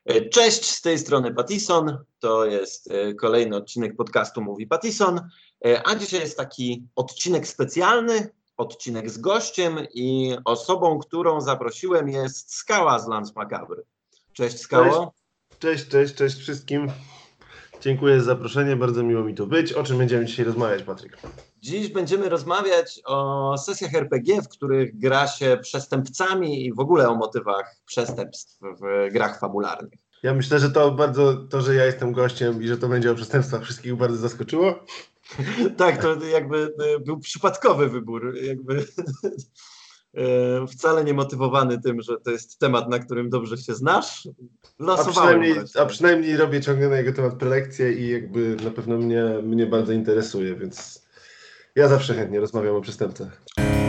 Cześć, z tej strony Pattison. To jest kolejny odcinek podcastu Mówi Pattison, a dzisiaj jest taki odcinek specjalny, odcinek z gościem i osobą, którą zaprosiłem, jest Skała z Lance Macabre. Cześć Skało. Cześć wszystkim. Dziękuję za zaproszenie, bardzo miło mi tu być. O czym będziemy dzisiaj rozmawiać, Patryk? Dziś będziemy rozmawiać o sesjach RPG, w których gra się przestępcami i w ogóle o motywach przestępstw w grach fabularnych. Ja myślę, że to, że ja jestem gościem i że to będzie o przestępstwach, wszystkich bardzo zaskoczyło. Tak, to jakby był przypadkowy wybór, jakby wcale nie motywowany tym, że to jest temat, na którym dobrze się znasz. A przynajmniej robię ciągle na jego temat prelekcje i jakby na pewno mnie bardzo interesuje, więc ja zawsze chętnie rozmawiam o przestępcach.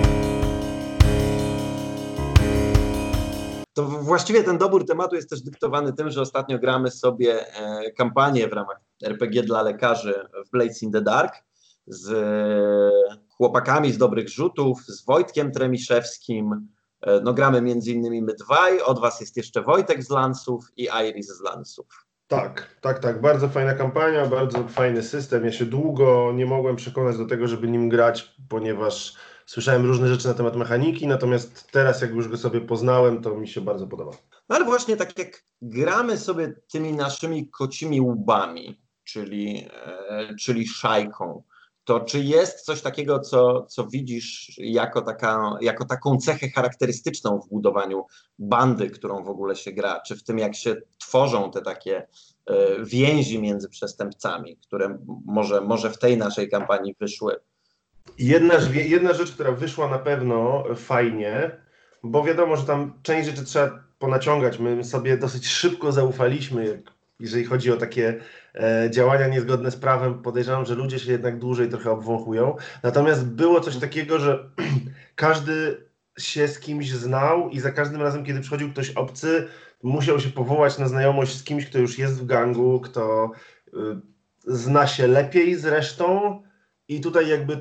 To właściwie ten dobór tematu jest też dyktowany tym, że ostatnio gramy sobie kampanię w ramach RPG dla lekarzy w Blades in the Dark z chłopakami z Dobrych Rzutów, z Wojtkiem Tremiszewskim. No gramy między innymi my dwaj, od was jest jeszcze Wojtek z Lansów i Iris z Lansów. Tak. Bardzo fajna kampania, bardzo fajny system. Ja się długo nie mogłem przekonać do tego, żeby nim grać, ponieważ słyszałem różne rzeczy na temat mechaniki, natomiast teraz jak już go sobie poznałem, to mi się bardzo podoba. No ale właśnie tak jak gramy sobie tymi naszymi kocimi łbami, czyli szajką, to czy jest coś takiego, co widzisz jako taką cechę charakterystyczną w budowaniu bandy, którą w ogóle się gra? Czy w tym, jak się tworzą te takie więzi między przestępcami, które może w tej naszej kampanii wyszły? Jedna rzecz, która wyszła na pewno fajnie, bo wiadomo, że tam część rzeczy trzeba ponaciągać. My sobie dosyć szybko zaufaliśmy, jeżeli chodzi o takie działania niezgodne z prawem. Podejrzewam, że ludzie się jednak dłużej trochę obwąchują. Natomiast było coś takiego, że każdy się z kimś znał i za każdym razem, kiedy przychodził ktoś obcy, musiał się powołać na znajomość z kimś, kto już jest w gangu, kto zna się lepiej z resztą. I tutaj jakby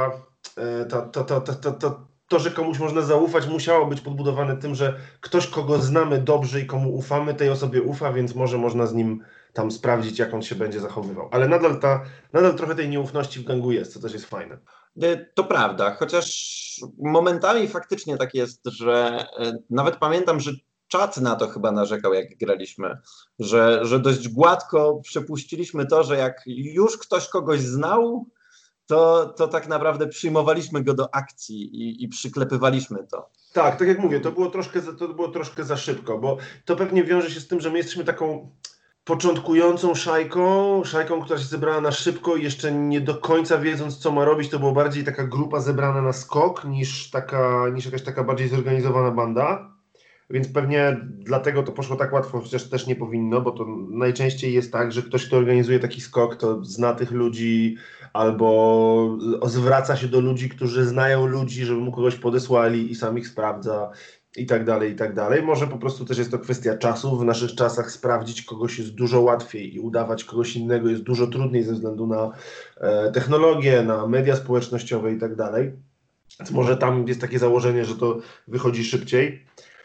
to, że komuś można zaufać, musiało być podbudowane tym, że ktoś, kogo znamy dobrze i komu ufamy, tej osobie ufa, więc może można z nim tam sprawdzić, jak on się będzie zachowywał. Ale nadal trochę tej nieufności w gangu jest, co też jest fajne. To prawda, chociaż momentami faktycznie tak jest, że nawet pamiętam, że czat na to chyba narzekał, jak graliśmy, że dość gładko przepuściliśmy to, że jak już ktoś kogoś znał, to tak naprawdę przyjmowaliśmy go do akcji i przyklepywaliśmy to. Tak jak mówię, to było troszkę za szybko, bo to pewnie wiąże się z tym, że my jesteśmy taką początkującą szajką, która się zebrała na szybko i jeszcze nie do końca wiedząc, co ma robić. To była bardziej taka grupa zebrana na skok niż jakaś taka bardziej zorganizowana banda. Więc pewnie dlatego to poszło tak łatwo, chociaż też nie powinno, bo to najczęściej jest tak, że ktoś, kto organizuje taki skok, to zna tych ludzi albo zwraca się do ludzi, którzy znają ludzi, żeby mu kogoś podesłali i sam ich sprawdza i tak dalej. Może po prostu też jest to kwestia czasu. W naszych czasach sprawdzić kogoś jest dużo łatwiej i udawać kogoś innego jest dużo trudniej ze względu na technologię, na media społecznościowe i tak dalej. Więc może tam jest takie założenie, że to wychodzi szybciej.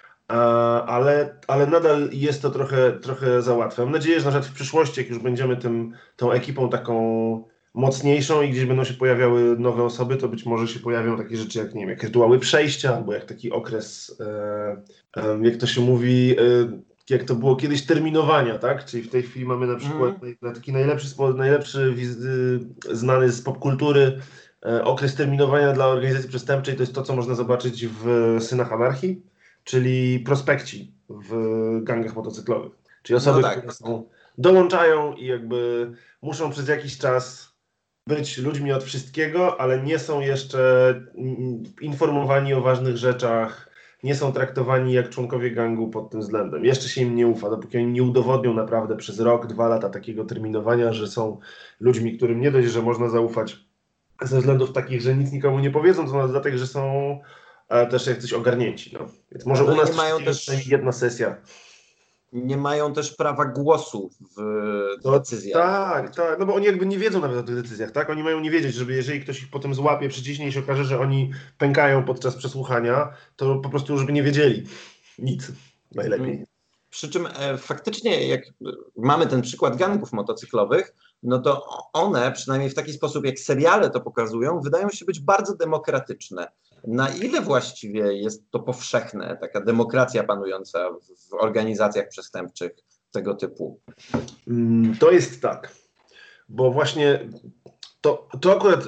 Ale nadal jest to trochę za łatwe. Mam nadzieję, że na przykład w przyszłości, jak już będziemy tą ekipą taką mocniejszą i gdzieś będą się pojawiały nowe osoby, to być może się pojawią takie rzeczy jak, nie wiem, jak rytuały przejścia, albo jak taki okres, jak to się mówi, jak to było kiedyś, terminowania, tak? Czyli w tej chwili mamy na przykład taki najlepszy znany z popkultury okres terminowania dla organizacji przestępczej. To jest to, co można zobaczyć w Synach Anarchii, czyli prospekci w gangach motocyklowych. Czyli osoby, które dołączają i jakby muszą przez jakiś czas być ludźmi od wszystkiego, ale nie są jeszcze informowani o ważnych rzeczach, nie są traktowani jak członkowie gangu pod tym względem. Jeszcze się im nie ufa, dopóki oni nie udowodnią naprawdę przez rok, 2 lata takiego terminowania, że są ludźmi, którym nie dość, że można zaufać ze względów takich, że nic nikomu nie powiedzą, to na dodatek, że są też jak coś ogarnięci. No. Więc może u nas też jedna sesja. Nie mają też prawa głosu w decyzjach. Tak, no bo oni jakby nie wiedzą nawet o tych decyzjach, tak? Oni mają nie wiedzieć, żeby jeżeli ktoś ich potem złapie, przyciśnie i się okaże, że oni pękają podczas przesłuchania, to po prostu żeby nie wiedzieli nic najlepiej. Przy czym faktycznie, jak mamy ten przykład gangów motocyklowych, no to one, przynajmniej w taki sposób, jak seriale to pokazują, wydają się być bardzo demokratyczne. Na ile właściwie jest to powszechne, taka demokracja panująca w organizacjach przestępczych tego typu? To jest tak, bo właśnie to akurat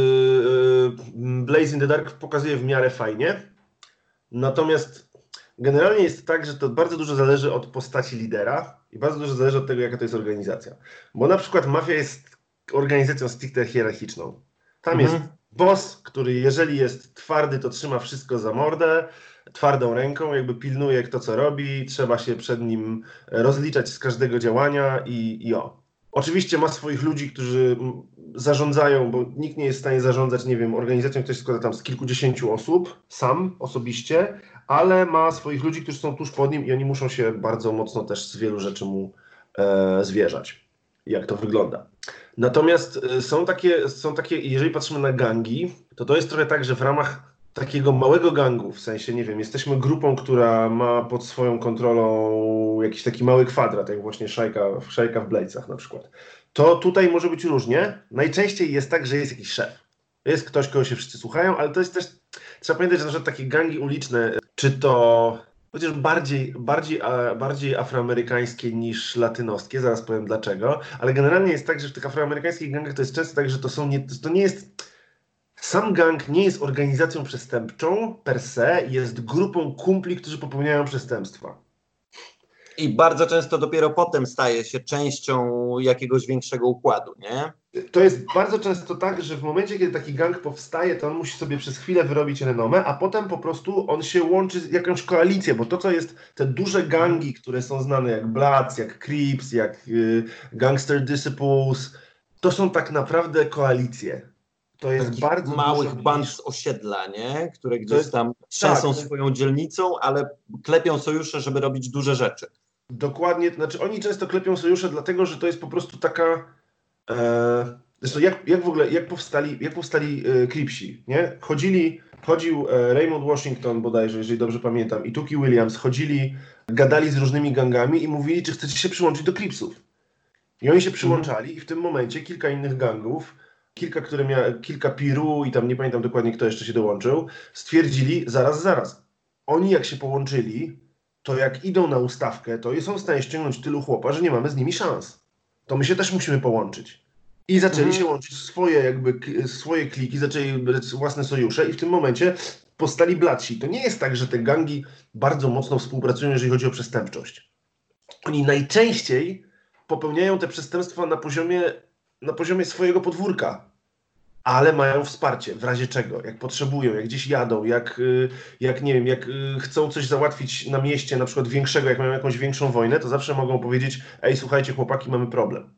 Blaze in the Dark pokazuje w miarę fajnie, natomiast generalnie jest tak, że to bardzo dużo zależy od postaci lidera i bardzo dużo zależy od tego, jaka to jest organizacja. Bo na przykład mafia jest organizacją stricte hierarchiczną. Tam jest boss, który jeżeli jest twardy, to trzyma wszystko za mordę, twardą ręką, jakby pilnuje kto co robi, trzeba się przed nim rozliczać z każdego działania i o. Oczywiście ma swoich ludzi, którzy zarządzają, bo nikt nie jest w stanie zarządzać, nie wiem, organizacją, która się składa tam z kilkudziesięciu osób, sam osobiście, ale ma swoich ludzi, którzy są tuż pod nim i oni muszą się bardzo mocno też z wielu rzeczy mu zwierzać, jak to wygląda. Natomiast są takie, jeżeli patrzymy na gangi, to jest trochę tak, że w ramach takiego małego gangu, w sensie, nie wiem, jesteśmy grupą, która ma pod swoją kontrolą jakiś taki mały kwadrat, jak właśnie szajka w Bladesach na przykład. To tutaj może być różnie. Najczęściej jest tak, że jest jakiś szef. Jest ktoś, kogo się wszyscy słuchają, ale to jest też, trzeba pamiętać, że na przykład takie gangi uliczne, czy to chociaż bardziej afroamerykańskie niż latynoskie, zaraz powiem dlaczego, ale generalnie jest tak, że w tych afroamerykańskich gangach to jest często tak, że to nie jest... Sam gang nie jest organizacją przestępczą per se, jest grupą kumpli, którzy popełniają przestępstwa. I bardzo często dopiero potem staje się częścią jakiegoś większego układu, nie? To jest bardzo często tak, że w momencie, kiedy taki gang powstaje, to on musi sobie przez chwilę wyrobić renomę, a potem po prostu on się łączy z jakąś koalicję, bo to, co jest te duże gangi, które są znane jak Bloods, jak Crips, jak Gangster Disciples, to są tak naprawdę koalicje. To jest takich bardzo małych dużo band z osiedla, nie? Które gdzieś tam trzęsą tak, swoją dzielnicą, ale klepią sojusze, żeby robić duże rzeczy. Dokładnie, to znaczy oni często klepią sojusze dlatego, że to jest po prostu taka... Zresztą jak powstali Cripsi, nie? Chodził Raymond Washington bodajże, jeżeli dobrze pamiętam, i Tookie Williams, gadali z różnymi gangami i mówili, czy chcecie się przyłączyć do Cripsów. I oni się przyłączali i w tym momencie kilka innych gangów, kilka Piru i tam nie pamiętam dokładnie, kto jeszcze się dołączył, stwierdzili, zaraz. Oni jak się połączyli, to jak idą na ustawkę, to są w stanie ściągnąć tylu chłopa, że nie mamy z nimi szans. To my się też musimy połączyć. I zaczęli się łączyć swoje kliki, zaczęli własne sojusze i w tym momencie powstali Bladsi. To nie jest tak, że te gangi bardzo mocno współpracują, jeżeli chodzi o przestępczość. Oni najczęściej popełniają te przestępstwa na poziomie swojego podwórka, ale mają wsparcie, w razie czego, jak potrzebują, jak gdzieś jadą, jak nie wiem, jak chcą coś załatwić na mieście, na przykład większego, jak mają jakąś większą wojnę, to zawsze mogą powiedzieć, ej, słuchajcie chłopaki, mamy problem.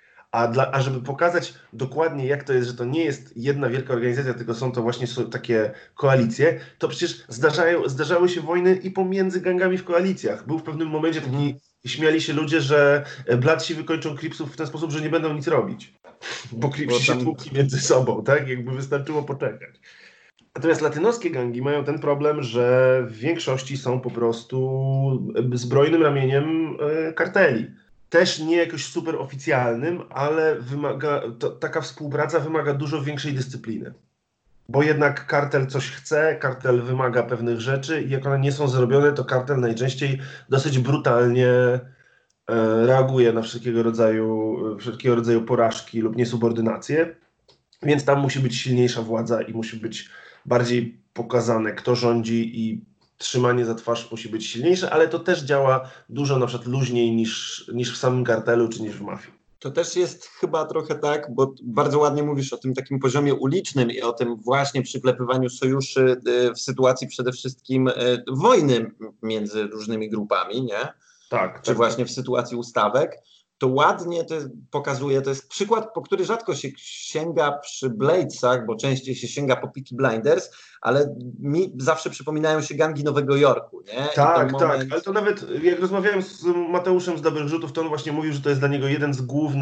A żeby pokazać dokładnie, jak to jest, że to nie jest jedna wielka organizacja, tylko są to właśnie takie koalicje, to przecież zdarzały się wojny i pomiędzy gangami w koalicjach. Był w pewnym momencie taki, śmiali się ludzie, że Bladsi wykończą Cripsów w ten sposób, że nie będą nic robić. Bo Cripsi się tłukli między sobą, tak? Jakby wystarczyło poczekać. Natomiast latynoskie gangi mają ten problem, że w większości są po prostu zbrojnym ramieniem karteli. Też nie jakoś super oficjalnym, ale taka współpraca wymaga dużo większej dyscypliny. Bo jednak kartel coś chce, kartel wymaga pewnych rzeczy i jak one nie są zrobione, to kartel najczęściej dosyć brutalnie reaguje na wszelkiego rodzaju porażki lub niesubordynację. Więc tam musi być silniejsza władza i musi być bardziej pokazane, kto rządzi i trzymanie za twarz musi być silniejsze, ale to też działa dużo na przykład luźniej niż w samym kartelu czy niż w mafii. To też jest chyba trochę tak, bo bardzo ładnie mówisz o tym takim poziomie ulicznym i o tym właśnie przyklepywaniu sojuszy w sytuacji przede wszystkim wojny między różnymi grupami, nie? Tak. Czy właśnie w sytuacji ustawek. To ładnie to pokazuje, to jest przykład, po który rzadko się sięga przy Bladesach, bo częściej się sięga po Peaky Blinders, ale mi zawsze przypominają się gangi Nowego Jorku, nie? Tak, ale to nawet jak rozmawiałem z Mateuszem z Dobrych Rzutów, to on właśnie mówił, że to jest dla niego jedna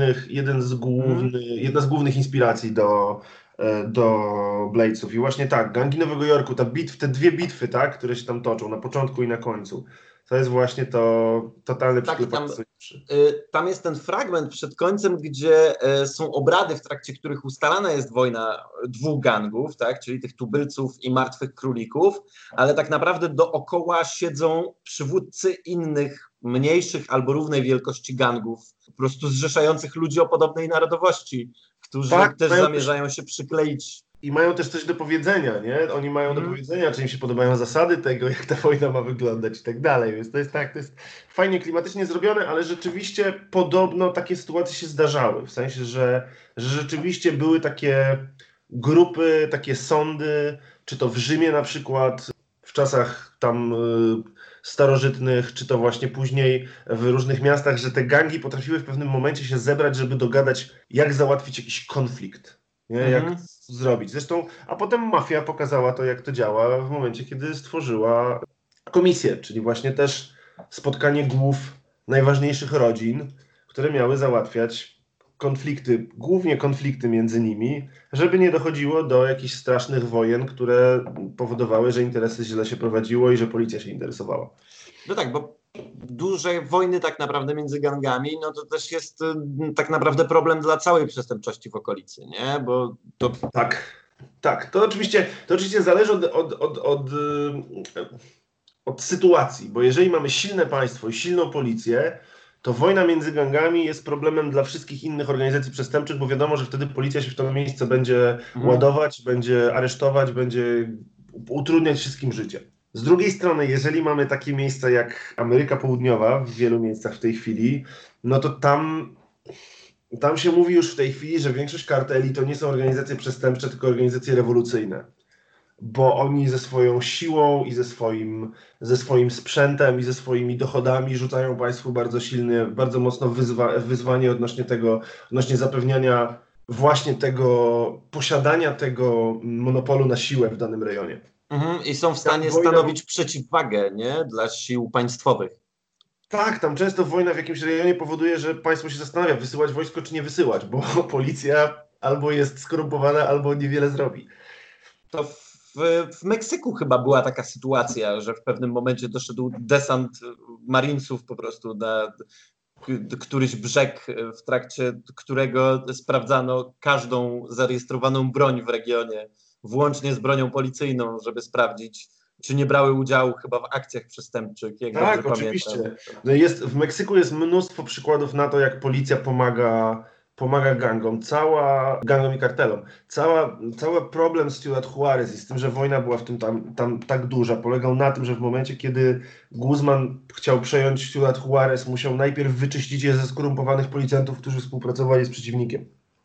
z głównych inspiracji do Bladesów. I właśnie tak, gangi Nowego Jorku, te dwie bitwy, tak, które się tam toczą na początku i na końcu. To jest właśnie to totalne Tak, przyklepanie. tam jest ten fragment przed końcem, gdzie są obrady, w trakcie których ustalana jest wojna dwóch gangów, tak, czyli tych tubylców i martwych królików, ale tak naprawdę dookoła siedzą przywódcy innych, mniejszych albo równej wielkości gangów, po prostu zrzeszających ludzi o podobnej narodowości, którzy Tak, też zamierzają się przykleić. I mają też coś do powiedzenia, nie? Oni mają do powiedzenia, czy im się podobają zasady tego, jak ta wojna ma wyglądać i tak dalej. Więc to jest tak, to jest fajnie klimatycznie zrobione, ale rzeczywiście podobno takie sytuacje się zdarzały. W sensie, że rzeczywiście były takie grupy, takie sądy, czy to w Rzymie na przykład, w czasach tam starożytnych, czy to właśnie później w różnych miastach, że te gangi potrafiły w pewnym momencie się zebrać, żeby dogadać, jak załatwić jakiś konflikt. Nie? Jak zrobić. Zresztą, a potem mafia pokazała to, jak to działa w momencie, kiedy stworzyła komisję, czyli właśnie też spotkanie głów najważniejszych rodzin, które miały załatwiać konflikty, głównie konflikty między nimi, żeby nie dochodziło do jakichś strasznych wojen, które powodowały, że interesy źle się prowadziło i że policja się interesowała. No tak, bo duże wojny tak naprawdę między gangami, no to też jest tak naprawdę problem dla całej przestępczości w okolicy, nie? Bo to... Tak. To oczywiście zależy od sytuacji, bo jeżeli mamy silne państwo i silną policję, to wojna między gangami jest problemem dla wszystkich innych organizacji przestępczych, bo wiadomo, że wtedy policja się w to miejsce będzie ładować, będzie aresztować, będzie utrudniać wszystkim życie. Z drugiej strony, jeżeli mamy takie miejsca jak Ameryka Południowa, w wielu miejscach w tej chwili, no to tam się mówi już w tej chwili, że większość karteli to nie są organizacje przestępcze, tylko organizacje rewolucyjne. Bo oni ze swoją siłą i ze swoim sprzętem i ze swoimi dochodami rzucają państwu bardzo silne, bardzo mocno wyzwanie odnośnie zapewniania właśnie tego, posiadania tego monopolu na siłę w danym rejonie. I są w stanie stanowić przeciwwagę, nie? Dla sił państwowych. Tak, tam często wojna w jakimś rejonie powoduje, że państwo się zastanawia, wysyłać wojsko czy nie wysyłać, bo policja albo jest skorumpowana, albo niewiele zrobi. To w Meksyku chyba była taka sytuacja, że w pewnym momencie doszedł desant marinesów po prostu na któryś brzeg, w trakcie którego sprawdzano każdą zarejestrowaną broń w regionie, włącznie z bronią policyjną, żeby sprawdzić, czy nie brały udziału chyba w akcjach przestępczych, jak tak, dobrze oczywiście. Pamiętam. No w Meksyku jest mnóstwo przykładów na to, jak policja pomaga gangom, gangom i kartelom. Cały problem z Ciudad Juarez i z tym, że wojna była w tym tam tak duża, polegał na tym, że w momencie, kiedy Guzman chciał przejąć Ciudad Juarez, musiał najpierw wyczyścić je ze skorumpowanych policjantów, którzy współpracowali z przeciwnikiem.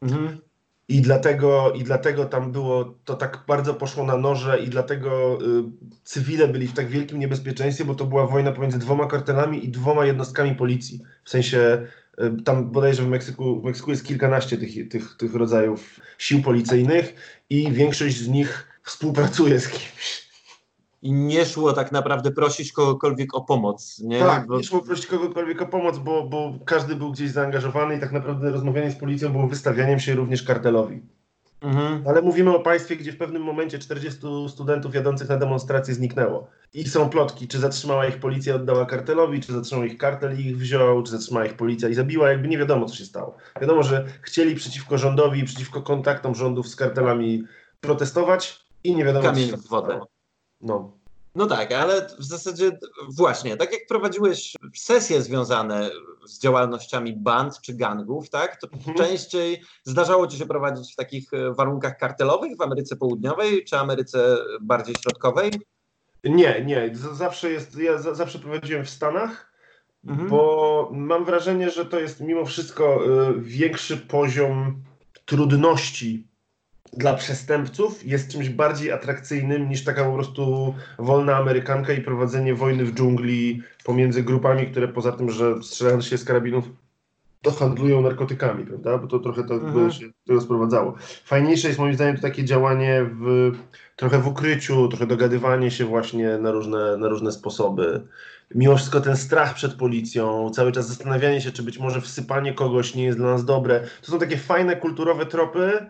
I dlatego tam było, to tak bardzo poszło na noże i dlatego cywile byli w tak wielkim niebezpieczeństwie, bo to była wojna pomiędzy dwoma kartelami i dwoma jednostkami policji. W sensie tam bodajże w Meksyku jest kilkanaście tych rodzajów sił policyjnych i większość z nich współpracuje z kimś. I nie szło tak naprawdę prosić kogokolwiek o pomoc, nie? Tak, nie szło prosić kogokolwiek o pomoc, bo każdy był gdzieś zaangażowany i tak naprawdę rozmawianie z policją było wystawianiem się również kartelowi. Ale mówimy o państwie, gdzie w pewnym momencie 40 studentów jadących na demonstrację zniknęło. I są plotki, czy zatrzymała ich policja, oddała kartelowi, czy zatrzymał ich kartel i ich wziął, czy zatrzymała ich policja i zabiła. Jakby nie wiadomo, co się stało. Wiadomo, że chcieli przeciwko rządowi i przeciwko kontaktom rządów z kartelami protestować i nie wiadomo, kamień co się w wodę. stało. No tak, ale w zasadzie właśnie, tak jak prowadziłeś sesje związane z działalnościami band czy gangów, tak, to częściej zdarzało ci się prowadzić w takich warunkach kartelowych w Ameryce Południowej czy Ameryce bardziej środkowej? Nie. Ja zawsze prowadziłem w Stanach, bo mam wrażenie, że to jest mimo wszystko większy poziom trudności dla przestępców, jest czymś bardziej atrakcyjnym niż taka po prostu wolna Amerykanka i prowadzenie wojny w dżungli pomiędzy grupami, które poza tym, że strzelając się z karabinów, to handlują narkotykami, prawda? Bo to trochę by się to sprowadzało. Fajniejsze jest moim zdaniem to takie działanie trochę w ukryciu, trochę dogadywanie się właśnie na różne sposoby. Mimo wszystko ten strach przed policją, cały czas zastanawianie się, czy być może wsypanie kogoś nie jest dla nas dobre. To są takie fajne, kulturowe tropy,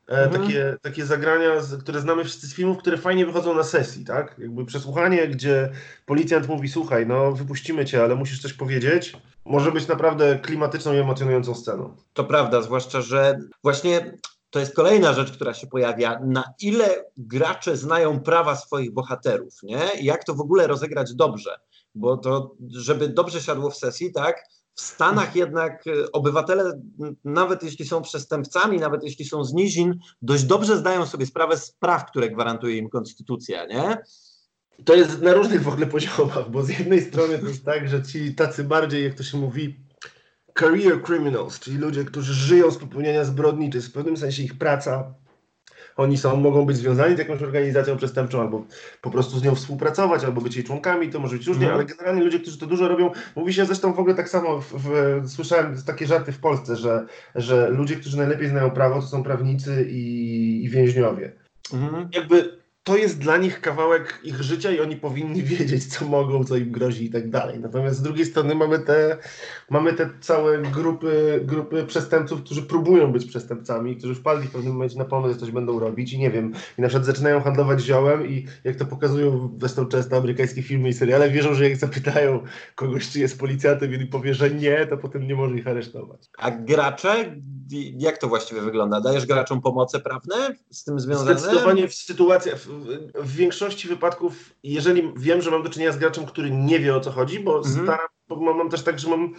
takie zagrania, które znamy wszyscy z filmów, które fajnie wychodzą na sesji, tak? Jakby przesłuchanie, gdzie policjant mówi, słuchaj, no wypuścimy cię, ale musisz coś powiedzieć, może być naprawdę klimatyczną i emocjonującą sceną. To prawda, zwłaszcza, że właśnie to jest kolejna rzecz, która się pojawia. Na ile gracze znają prawa swoich bohaterów, nie? I jak to w ogóle rozegrać dobrze? Bo to, żeby dobrze siadło w sesji, tak? W Stanach jednak obywatele, nawet jeśli są przestępcami, nawet jeśli są z nizin, dość dobrze zdają sobie sprawę z praw, które gwarantuje im konstytucja, nie? To jest na różnych w ogóle poziomach, bo z jednej strony to jest tak, że ci tacy bardziej, jak to się mówi, career criminals, czyli ludzie, którzy żyją z popełniania zbrodni, to jest w pewnym sensie ich praca. Oni mogą być związani z jakąś organizacją przestępczą, albo po prostu z nią współpracować, albo być jej członkami, to może być różnie, ale generalnie ludzie, którzy to dużo robią, mówi się zresztą w ogóle tak samo, słyszałem takie żarty w Polsce, że ludzie, którzy najlepiej znają prawo, to są prawnicy i więźniowie. Jakby to jest dla nich kawałek ich życia i oni powinni wiedzieć, co mogą, co im grozi i tak dalej. Natomiast z drugiej strony mamy te całe grupy przestępców, którzy próbują być przestępcami, którzy wpadli w pewnym momencie na pomysł, że coś będą robić i nie wiem, i na przykład zaczynają handlować ziołem i jak to pokazują zresztą często amerykańskie filmy i seriale, wierzą, że jak zapytają kogoś, czy jest policjantem i powie, że nie, to potem nie może ich aresztować. A gracze, jak to właściwie wygląda? Dajesz graczom pomoce prawne z tym związane? Zdecydowanie w sytuacjach, w większości wypadków, jeżeli wiem, że mam do czynienia z graczem, który nie wie, o co chodzi, bo mam też tak, że mam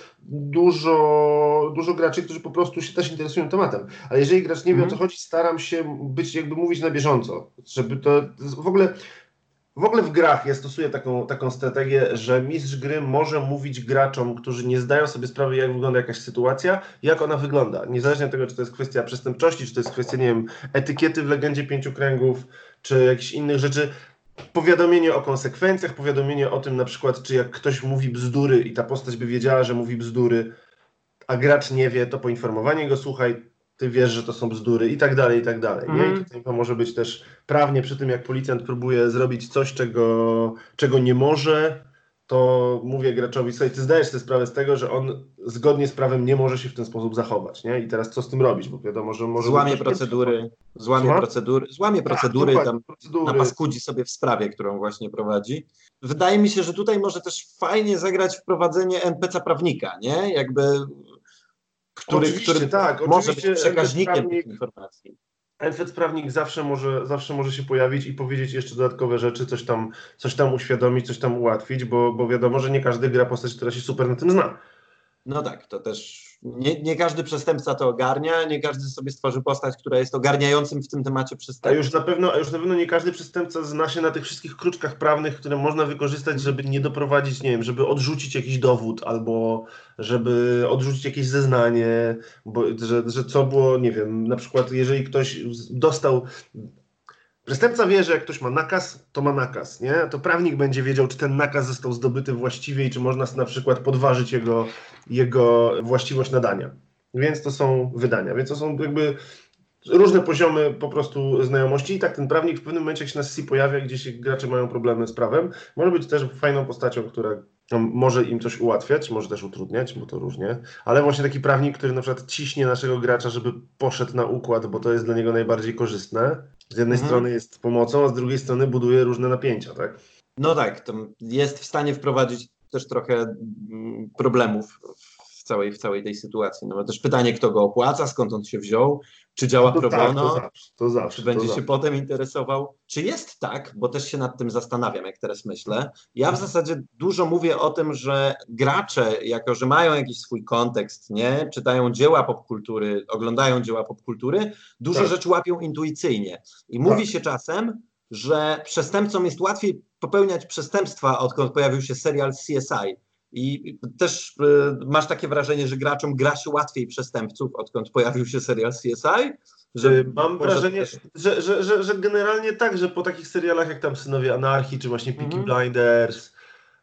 dużo graczy, którzy po prostu się też interesują tematem, ale jeżeli gracz nie wie, o co chodzi, staram się mówić na bieżąco, żeby to w ogóle w grach ja stosuję taką strategię, że mistrz gry może mówić graczom, którzy nie zdają sobie sprawy, jak wygląda jakaś sytuacja, jak ona wygląda. Niezależnie od tego, czy to jest kwestia przestępczości, czy to jest kwestia, nie wiem, etykiety w Legendzie Pięciu Kręgów, czy jakichś innych rzeczy. Powiadomienie o konsekwencjach, powiadomienie o tym na przykład, czy jak ktoś mówi bzdury i ta postać by wiedziała, że mówi bzdury, a gracz nie wie, to poinformowanie go, słuchaj, ty wiesz, że to są bzdury i tak dalej, i tak dalej. I tutaj to może być też prawnie przy tym, jak policjant próbuje zrobić coś, czego nie może, to mówię graczowi, słuchaj, ty zdajesz sobie sprawę z tego, że on zgodnie z prawem nie może się w ten sposób zachować, nie? I teraz co z tym robić? Bo wiadomo, że może... Złamie procedury, tam napaskudzi sobie w sprawie, którą właśnie prowadzi. Wydaje mi się, że tutaj może też fajnie zagrać wprowadzenie NPC prawnika, nie? Jakby... który może być przekaźnikiem tych informacji. NPC prawnik zawsze może się pojawić i powiedzieć jeszcze dodatkowe rzeczy, coś tam uświadomić, coś tam ułatwić, bo wiadomo, że nie każdy gra postać, która się super na tym zna. No tak, to też nie każdy przestępca to ogarnia, nie każdy sobie stworzy postać, która jest ogarniającym w tym temacie przestępstwa. A już na pewno nie każdy przestępca zna się na tych wszystkich kruczkach prawnych, które można wykorzystać, żeby nie doprowadzić, nie wiem, żeby odrzucić jakiś dowód, albo żeby odrzucić jakieś zeznanie, bo, że co było, nie wiem, na przykład jeżeli ktoś dostał... Przestępca wie, że jak ktoś ma nakaz, to ma nakaz, nie? To prawnik będzie wiedział, czy ten nakaz został zdobyty właściwie i czy można na przykład podważyć jego właściwość nadania. Więc to są wydania, więc to są jakby różne poziomy po prostu znajomości i tak ten prawnik w pewnym momencie, jak się na sesji pojawia, gdzie się gracze mają problemy z prawem, może być też fajną postacią, która może im coś ułatwiać, może też utrudniać, bo to różnie, ale właśnie taki prawnik, który na przykład ciśnie naszego gracza, żeby poszedł na układ, bo to jest dla niego najbardziej korzystne. Z jednej strony jest pomocą, a z drugiej strony buduje różne napięcia, tak? No tak, to jest w stanie wprowadzić też trochę problemów w całej tej sytuacji. No bo też pytanie, kto go opłaca, skąd on się wziął, czy działa pro bono, to zawsze, czy będzie się potem interesował. Czy jest tak, bo też się nad tym zastanawiam, jak teraz myślę. Ja w zasadzie dużo mówię o tym, że gracze, jako że mają jakiś swój kontekst, nie, czytają dzieła popkultury, oglądają dzieła popkultury, dużo rzeczy łapią intuicyjnie. I mówi się czasem, że przestępcom jest łatwiej popełniać przestępstwa, odkąd pojawił się serial CSI. I też masz takie wrażenie, że graczom gra się łatwiej przestępców, odkąd pojawił się serial CSI? Mam wrażenie, że generalnie tak, że po takich serialach jak tam Synowie Anarchii, czy właśnie Peaky Blinders,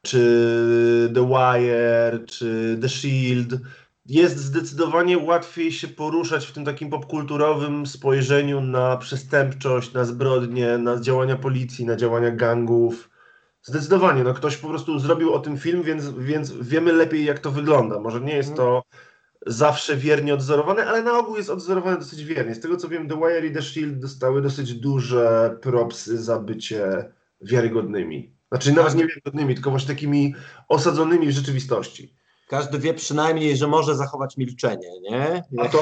czy The Wire, czy The Shield, jest zdecydowanie łatwiej się poruszać w tym takim popkulturowym spojrzeniu na przestępczość, na zbrodnie, na działania policji, na działania gangów. Zdecydowanie, no ktoś po prostu zrobił o tym film, więc wiemy lepiej, jak to wygląda. Może nie jest to zawsze wiernie odzorowane, ale na ogół jest odzorowane dosyć wiernie. Z tego co wiem, The Wire i The Shield dostały dosyć duże propsy za bycie wiarygodnymi. Znaczy nawet nie wiarygodnymi, tylko właśnie takimi osadzonymi w rzeczywistości. Każdy wie przynajmniej, że może zachować milczenie, nie?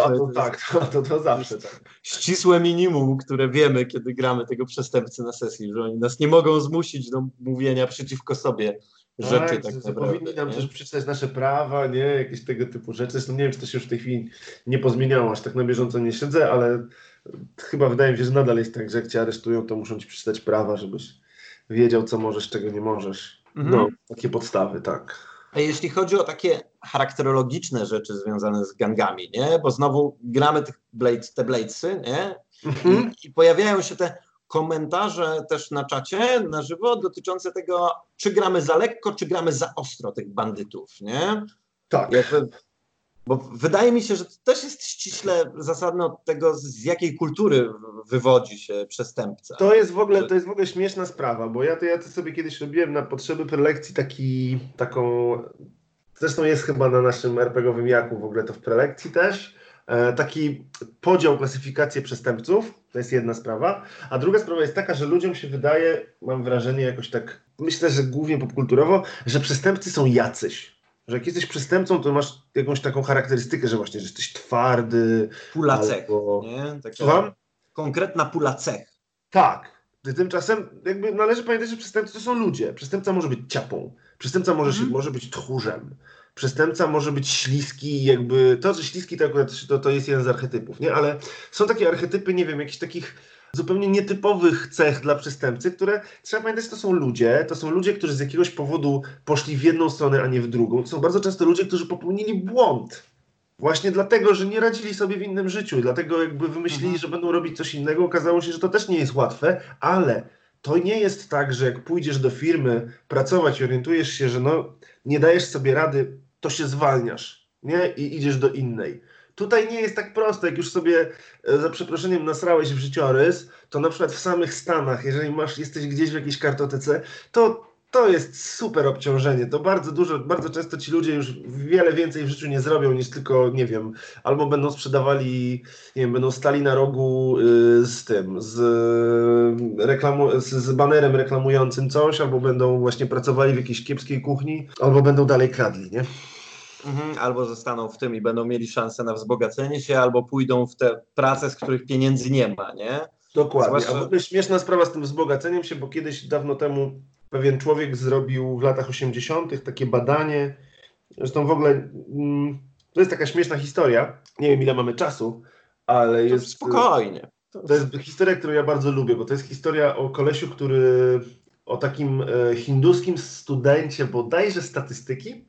To zawsze tak. Ścisłe minimum, które wiemy, kiedy gramy tego przestępcy na sesji, że oni nas nie mogą zmusić do mówienia przeciwko sobie rzeczy tak naprawdę. Powinni nam też przeczytać nasze prawa, nie? Jakieś tego typu rzeczy. Zresztą nie wiem, czy to się już w tej chwili nie pozmieniało, aż tak na bieżąco nie śledzę, ale chyba wydaje mi się, że nadal jest tak, że jak cię aresztują, to muszą ci przeczytać prawa, żebyś wiedział, co możesz, czego nie możesz. No, takie podstawy, tak. A jeśli chodzi o takie charakterologiczne rzeczy związane z gangami, nie? Bo znowu gramy te Bladesy, nie? I pojawiają się te komentarze też na czacie, na żywo, dotyczące tego, czy gramy za lekko, czy gramy za ostro tych bandytów, nie? Tak. Bo wydaje mi się, że to też jest ściśle zasadne od tego, z jakiej kultury wywodzi się przestępca. To jest w ogóle śmieszna sprawa, bo ja to sobie kiedyś robiłem na potrzeby prelekcji taką, zresztą jest chyba na naszym RPG-owym jaku w ogóle to w prelekcji też, taki podział, klasyfikację przestępców, to jest jedna sprawa, a druga sprawa jest taka, że ludziom się wydaje, mam wrażenie jakoś tak, myślę, że głównie popkulturowo, że przestępcy są jacyś. Że jak jesteś przestępcą, to masz jakąś taką charakterystykę, że właśnie, że jesteś twardy. Pula cech, nie? Taka konkretna pula cech. Tak. Tymczasem jakby należy pamiętać, że przestępcy to są ludzie. Przestępca może być ciapą. Przestępca może być tchórzem. Przestępca może być śliski, jakby to, że śliski to akurat to jest jeden z archetypów, nie? Ale są takie archetypy, nie wiem, jakichś takich zupełnie nietypowych cech dla przestępcy, które trzeba pamiętać, to są ludzie, którzy z jakiegoś powodu poszli w jedną stronę, a nie w drugą. To są bardzo często ludzie, którzy popełnili błąd. Właśnie dlatego, że nie radzili sobie w innym życiu, dlatego jakby wymyślili, że będą robić coś innego. Okazało się, że to też nie jest łatwe, ale to nie jest tak, że jak pójdziesz do firmy pracować i orientujesz się, że nie dajesz sobie rady, to się zwalniasz, nie? I idziesz do innej. Tutaj nie jest tak prosto, jak już sobie za przeproszeniem nasrałeś w życiorys, to na przykład w samych Stanach, jeżeli jesteś gdzieś w jakiejś kartotece, to jest super obciążenie. To bardzo często ci ludzie już wiele więcej w życiu nie zrobią niż tylko, nie wiem, albo będą sprzedawali, nie wiem, będą stali na rogu z banerem reklamującym coś, albo będą właśnie pracowali w jakiejś kiepskiej kuchni, albo będą dalej kradli, nie? Albo zostaną w tym i będą mieli szansę na wzbogacenie się, albo pójdą w te prace, z których pieniędzy nie ma, nie? Dokładnie. A w ogóle śmieszna sprawa z tym wzbogaceniem się, bo kiedyś dawno temu pewien człowiek zrobił w latach 80. takie badanie. Zresztą w ogóle to jest taka śmieszna historia. Nie wiem, ile mamy czasu, ale jest... Spokojnie. To jest historia, którą ja bardzo lubię, bo to jest historia o kolesiu, o takim hinduskim studencie bodajże statystyki,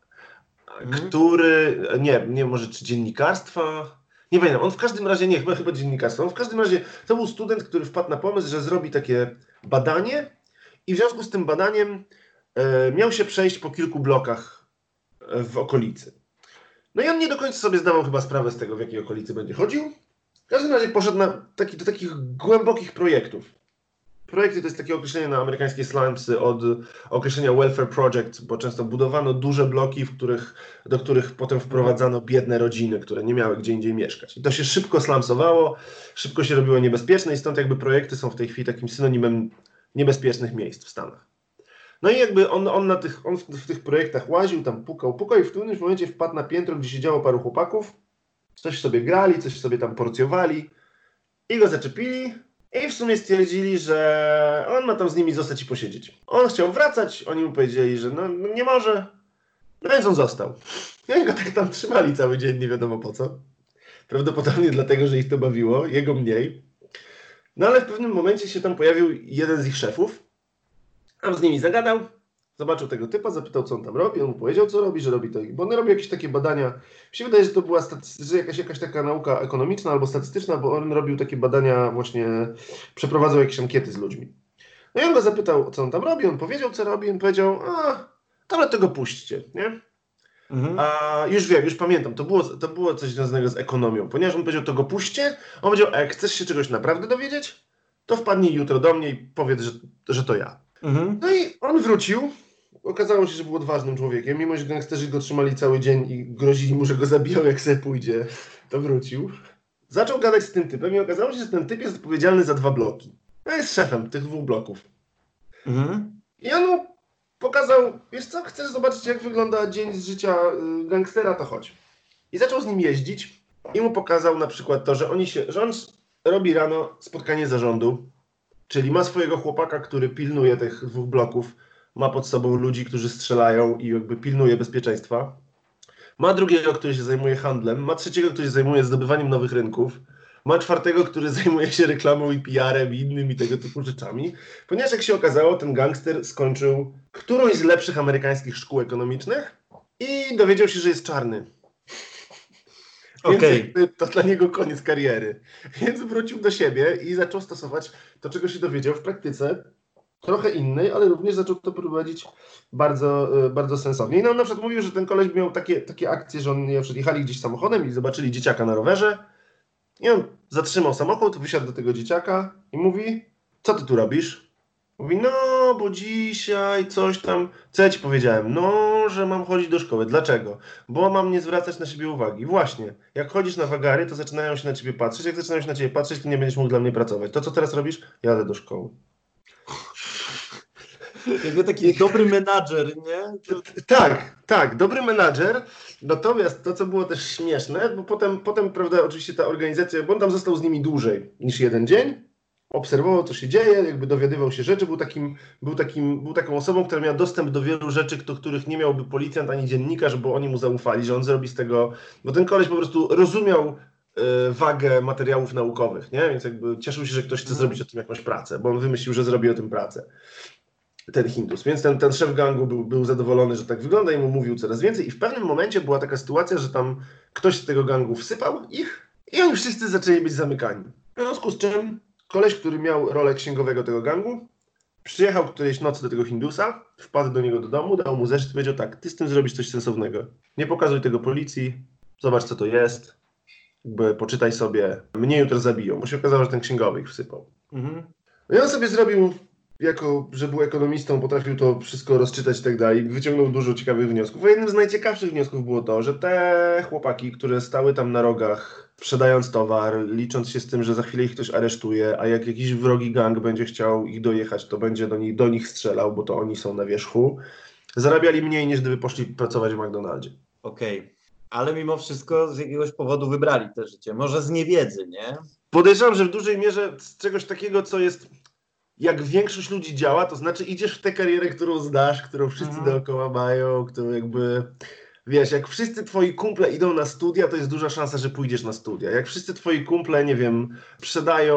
który, nie może czy dziennikarstwa, nie pamiętam, on w każdym razie, chyba dziennikarstwa, on w każdym razie to był student, który wpadł na pomysł, że zrobi takie badanie i w związku z tym badaniem miał się przejść po kilku blokach w okolicy. No i on nie do końca sobie zdawał chyba sprawę z tego, w jakiej okolicy będzie chodził. W każdym razie poszedł do takich głębokich projektów. Projekty to jest takie określenie na amerykańskie slumsy od określenia welfare project, bo często budowano duże bloki, do których potem wprowadzano biedne rodziny, które nie miały gdzie indziej mieszkać. I to się szybko slumsowało, szybko się robiło niebezpieczne i stąd jakby projekty są w tej chwili takim synonimem niebezpiecznych miejsc w Stanach. No i jakby on w tych projektach łaził, tam pukał i w którymś momencie wpadł na piętro, gdzie siedziało paru chłopaków, coś sobie grali, coś sobie tam porcjowali i go zaczepili. I w sumie stwierdzili, że on ma tam z nimi zostać i posiedzieć. On chciał wracać, oni mu powiedzieli, że nie może. No więc on został. I go tak tam trzymali cały dzień, nie wiadomo po co. Prawdopodobnie dlatego, że ich to bawiło, jego mniej. No ale w pewnym momencie się tam pojawił jeden z ich szefów. A z nimi zagadał, zobaczył tego typa, zapytał, co on tam robi. On mu powiedział, co robi, że robi to. Bo on robi jakieś takie badania. Mi się wydaje, że to była jakaś taka nauka ekonomiczna albo statystyczna, bo on robił takie badania, właśnie przeprowadzał jakieś ankiety z ludźmi. No i on go zapytał, co on tam robi. On powiedział, co robi. On powiedział, ale tego puśćcie, nie? A już pamiętam, to było coś związanego z ekonomią. Ponieważ on powiedział, to go puśćcie, on powiedział, jak chcesz się czegoś naprawdę dowiedzieć, to wpadnij jutro do mnie i powiedz, że to ja. No i on wrócił okazało się, że był odważnym człowiekiem, mimo że gangsterzy go trzymali cały dzień i grozili mu, że go zabiją, jak sobie pójdzie, to wrócił. Zaczął gadać z tym typem i okazało się, że ten typ jest odpowiedzialny za 2 bloki. Jest szefem tych 2 bloków. I on mu pokazał, wiesz co, chcesz zobaczyć, jak wygląda dzień z życia gangstera, to chodź. I zaczął z nim jeździć i mu pokazał na przykład to, że on robi rano spotkanie zarządu, czyli ma swojego chłopaka, który pilnuje tych 2 bloków, ma pod sobą ludzi, którzy strzelają i jakby pilnuje bezpieczeństwa. Ma drugiego, który się zajmuje handlem, ma trzeciego, który się zajmuje zdobywaniem nowych rynków, ma 4., który zajmuje się reklamą i PR-em i innymi tego typu rzeczami. Ponieważ jak się okazało, ten gangster skończył którąś z lepszych amerykańskich szkół ekonomicznych i dowiedział się, że jest czarny. Więc to dla niego koniec kariery. Więc wrócił do siebie i zaczął stosować to, czego się dowiedział w praktyce, trochę innej, ale również zaczął to prowadzić bardzo, bardzo sensownie. I on na przykład mówił, że ten koleś miał takie akcje, że oni jechali gdzieś samochodem i zobaczyli dzieciaka na rowerze i on zatrzymał samochód, wysiadł do tego dzieciaka i mówi, co ty tu robisz? Mówi, no, bo dzisiaj coś tam, co ja ci powiedziałem? No, że mam chodzić do szkoły. Dlaczego? Bo mam nie zwracać na siebie uwagi. Właśnie, jak chodzisz na wagary, to zaczynają się na ciebie patrzeć. Jak zaczynają się na ciebie patrzeć, to nie będziesz mógł dla mnie pracować. To, co teraz robisz? Jadę do szkoły. Jakby taki dobry menadżer, nie? Tak, dobry menadżer. Natomiast to, co było też śmieszne, bo potem, prawda, oczywiście ta organizacja, bo on tam został z nimi dłużej niż 1 dzień, obserwował, co się dzieje, jakby dowiadywał się rzeczy, był taką osobą, która miała dostęp do wielu rzeczy, do których nie miałby policjant ani dziennikarz, bo oni mu zaufali, że on zrobi z tego, bo ten koleś po prostu rozumiał wagę materiałów naukowych, nie? Więc jakby cieszył się, że ktoś chce zrobić o tym jakąś pracę, bo on wymyślił, że zrobi o tym pracę. Ten Hindus. Więc ten szef gangu był zadowolony, że tak wygląda i mu mówił coraz więcej. I w pewnym momencie była taka sytuacja, że tam ktoś z tego gangu wsypał ich i oni wszyscy zaczęli być zamykani. W związku z czym koleś, który miał rolę księgowego tego gangu, przyjechał którejś nocy do tego Hindusa, wpadł do niego do domu, dał mu zeszyt i powiedział tak, ty z tym zrobisz coś sensownego. Nie pokazuj tego policji, zobacz co to jest, jakby poczytaj sobie, mnie jutro zabiją, bo się okazało, że ten księgowy ich wsypał. No i on sobie zrobił, jako że był ekonomistą, potrafił to wszystko rozczytać i tak dalej, wyciągnął dużo ciekawych wniosków. A jednym z najciekawszych wniosków było to, że te chłopaki, które stały tam na rogach, sprzedając towar, licząc się z tym, że za chwilę ich ktoś aresztuje, a jak jakiś wrogi gang będzie chciał ich dojechać, to będzie do nich strzelał, bo to oni są na wierzchu, zarabiali mniej niż gdyby poszli pracować w McDonaldzie. Okej. Ale mimo wszystko z jakiegoś powodu wybrali te życie. Może z niewiedzy, nie? Podejrzewam, że w dużej mierze z czegoś takiego, co jest, jak większość ludzi działa, to znaczy idziesz w tę karierę, którą znasz, którą wszyscy dookoła mają, którą jakby, wiesz, jak wszyscy twoi kumple idą na studia, to jest duża szansa, że pójdziesz na studia. Jak wszyscy twoi kumple, nie wiem, sprzedają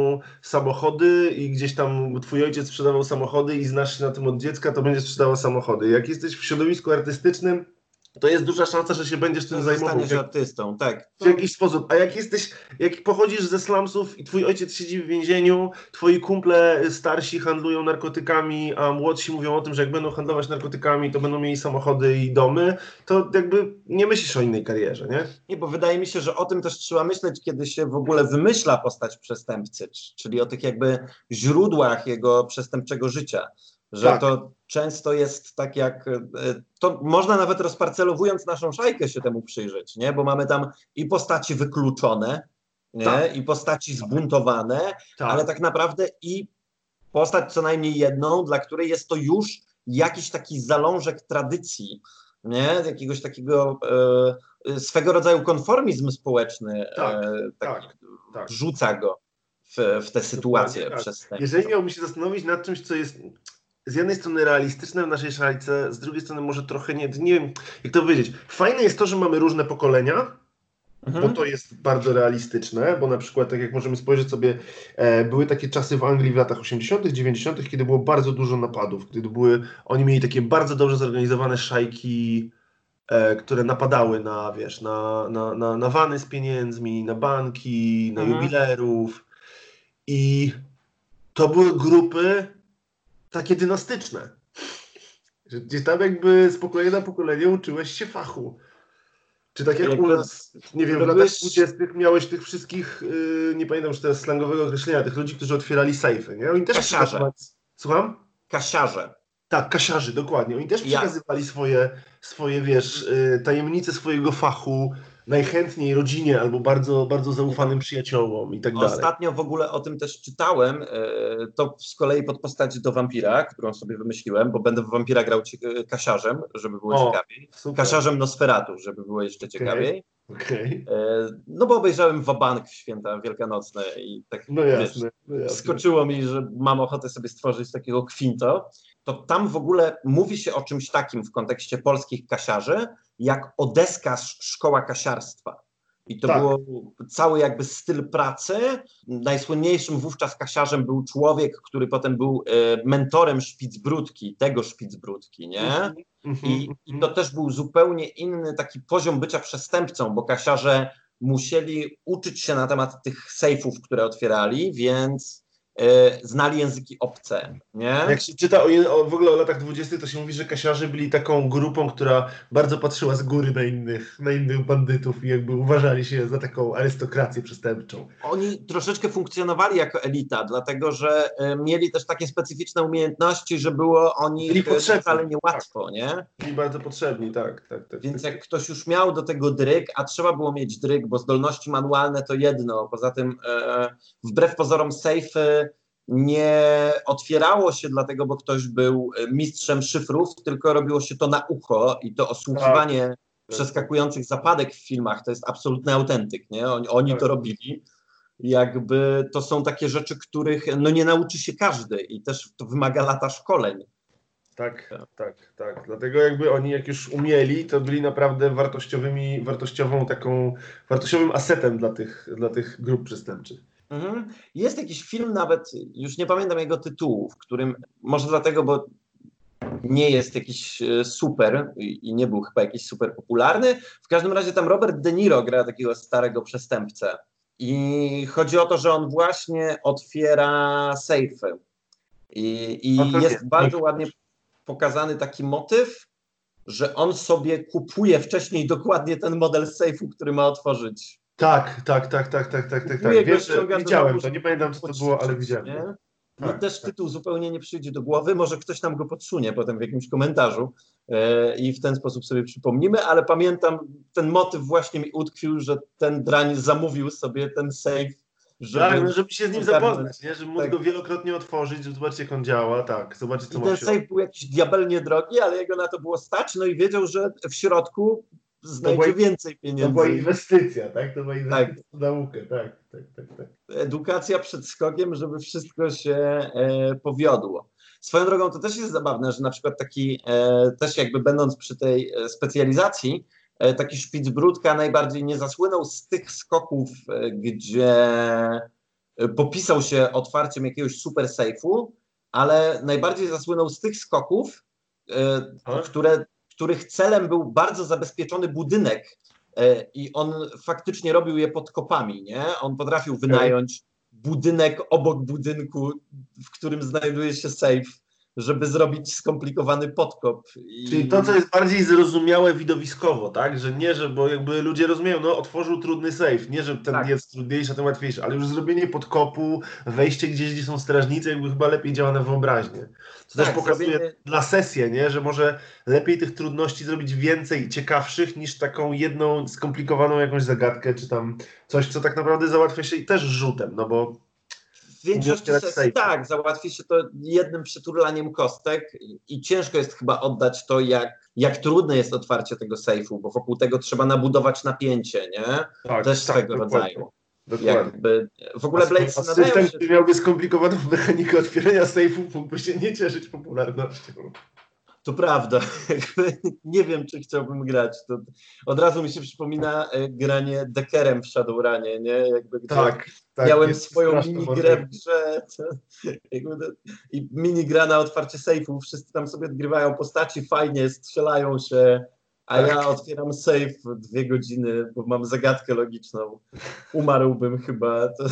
samochody i gdzieś tam twój ojciec sprzedawał samochody i znasz się na tym od dziecka, to będziesz sprzedawał samochody. Jak jesteś w środowisku artystycznym, to jest duża szansa, że się będziesz tym zajmował. Zostaniesz artystą, tak. W jakiś sposób. A jak pochodzisz ze slumsów i twój ojciec siedzi w więzieniu, twoi kumple starsi handlują narkotykami, a młodsi mówią o tym, że jak będą handlować narkotykami, to będą mieli samochody i domy, to jakby nie myślisz o innej karierze, nie? Nie, bo wydaje mi się, że o tym też trzeba myśleć, kiedy się w ogóle wymyśla postać przestępcy, czyli o tych jakby źródłach jego przestępczego życia. Że tak. To często jest tak jak, to można nawet rozparcelowując naszą szajkę się temu przyjrzeć, nie? Bo mamy tam i postaci wykluczone, nie? Tak. I postaci zbuntowane, tak. Ale tak naprawdę i postać co najmniej jedną, dla której jest to już jakiś taki zalążek tradycji, nie? Jakiegoś takiego swego rodzaju konformizm społeczny, tak. Rzuca go w tę sytuację przestępczą. Jeżeli miałbym się zastanowić nad czymś, co jest z jednej strony realistyczne w naszej szajce, z drugiej strony może trochę nie wiem, jak to powiedzieć. Fajne jest to, że mamy różne pokolenia, bo to jest bardzo realistyczne, bo na przykład tak jak możemy spojrzeć sobie, były takie czasy w Anglii w latach 80., 90., kiedy było bardzo dużo napadów, kiedy oni mieli takie bardzo dobrze zorganizowane szajki, które napadały na, wiesz, na wany z pieniędzmi, na banki, na jubilerów i to były grupy takie dynastyczne. Że gdzieś tam jakby z pokolenia na pokolenie uczyłeś się fachu. Czy tak jak u nas, nie wiem, w latach 20. miałeś tych wszystkich, nie pamiętam już teraz slangowego określenia, tych ludzi, którzy otwierali sejfy, nie? Oni też kasiarze. Słucham? Kasiarze. Tak, kasiarzy, dokładnie. Oni też Ja przekazywali swoje wiesz, tajemnice swojego fachu najchętniej rodzinie albo bardzo, bardzo zaufanym przyjaciołom i tak dalej. ostatnio w ogóle o tym też czytałem, to z kolei pod postać do wampira, którą sobie wymyśliłem, bo będę w wampira grał kasiarzem, żeby było O, ciekawiej. super. Kasiarzem Nosferatu, żeby było jeszcze ciekawiej. Okej. No bo obejrzałem Wabank w święta wielkanocne i tak, No wiesz, jasne, no jasne. skoczyło mi, że mam ochotę sobie stworzyć takiego kwinto. To tam w ogóle mówi się o czymś takim w kontekście polskich kasiarzy, jak odeska szkoła kasiarstwa. I to Tak. było cały jakby styl pracy. Najsłynniejszym wówczas kasiarzem był człowiek, który potem był mentorem Szpicbródki, tego Szpicbródki, nie? I to też był zupełnie inny taki poziom bycia przestępcą, bo kasiarze musieli uczyć się na temat tych sejfów, które otwierali, więc znali języki obce, nie? Jak się czyta w ogóle o latach 20., to się mówi, że kasiarze byli taką grupą, która bardzo patrzyła z góry na innych bandytów i jakby uważali się za taką arystokrację przestępczą. Oni troszeczkę funkcjonowali jako elita, dlatego że mieli też takie specyficzne umiejętności, że było o nich wcale niełatwo, tak. Nie? Byli bardzo potrzebni, tak. Więc jak ktoś już miał do tego dryg, a trzeba było mieć dryg, bo zdolności manualne to jedno, poza tym wbrew pozorom sejfy nie otwierało się dlatego, bo ktoś był mistrzem szyfrów, tylko robiło się to na ucho i to osłuchiwanie przeskakujących zapadek w filmach to jest absolutny autentyk, nie? Oni to robili. Jakby to są takie rzeczy, których no nie nauczy się każdy i też to wymaga lata szkoleń. Tak. Dlatego jakby oni jak już umieli, to byli naprawdę wartościowym asetem dla tych grup przestępczych. Jest jakiś film nawet, już nie pamiętam jego tytułu, w którym, może dlatego, bo nie jest jakiś super i nie był chyba jakiś super popularny, w każdym razie tam Robert De Niro gra takiego starego przestępcę i chodzi o to, że on właśnie otwiera sejfy i jest bardzo ładnie pokazany taki motyw, że on sobie kupuje wcześniej dokładnie ten model sejfu, który ma otworzyć. Tak. Widziałem to, nie pamiętam co to było, ale widziałem. Nie? Mi też tytuł zupełnie nie przyjdzie do głowy, może ktoś nam go podsunie potem w jakimś komentarzu i w ten sposób sobie przypomnimy, ale pamiętam, ten motyw właśnie mi utkwił, że ten drań zamówił sobie ten sejf, żeby się z nim zapoznać, nie? Żeby móc go wielokrotnie otworzyć, żeby zobaczyć jak on działa, zobaczyć co ma w środku. Ten sejf był jakiś diabelnie drogi, ale jego na to było stać, no i wiedział, że w środku znajdzie więcej pieniędzy. To była inwestycja, tak? To była inwestycja w naukę, tak. Edukacja przed skokiem, żeby wszystko się powiodło. Swoją drogą to też jest zabawne, że na przykład taki, też jakby będąc przy tej specjalizacji, taki Szpicbródka najbardziej nie zasłynął z tych skoków, gdzie popisał się otwarciem jakiegoś super sejfu, ale najbardziej zasłynął z tych skoków, których celem był bardzo zabezpieczony budynek i on faktycznie robił je pod kopami, nie? On potrafił wynająć budynek obok budynku, w którym znajduje się sejf, żeby zrobić skomplikowany podkop. Czyli to, co jest bardziej zrozumiałe widowiskowo, tak? Że nie, bo jakby ludzie rozumieją, no otworzył trudny sejf, nie, że ten jest trudniejszy, a ten łatwiejszy, ale już zrobienie podkopu, wejście gdzieś, gdzie są strażnicy, jakby chyba lepiej działa na wyobraźnię. To też pokazuje na sesję, nie? Że może lepiej tych trudności zrobić więcej ciekawszych niż taką jedną skomplikowaną jakąś zagadkę, czy tam coś, co tak naprawdę załatwia się też rzutem, no bo w większości sesji załatwi się to jednym przyturlaniem kostek i ciężko jest chyba oddać to, jak trudne jest otwarcie tego sejfu, bo wokół tego trzeba nabudować napięcie, nie? Też swego rodzaju. Jakby, w ogóle Blades nadają się... który miałby skomplikowaną mechanikę otwierania sejfu, mógłby się nie cieszyć popularnością. To prawda. Nie wiem, czy chciałbym grać. To od razu mi się przypomina granie Deckerem w Shadowrunie, nie? Jakby miałem swoją minigrę w grze i minigra na otwarcie sejfu. Wszyscy tam sobie odgrywają postaci, fajnie, strzelają się, a ja otwieram sejf 2 godziny, bo mam zagadkę logiczną. Umarłbym chyba. To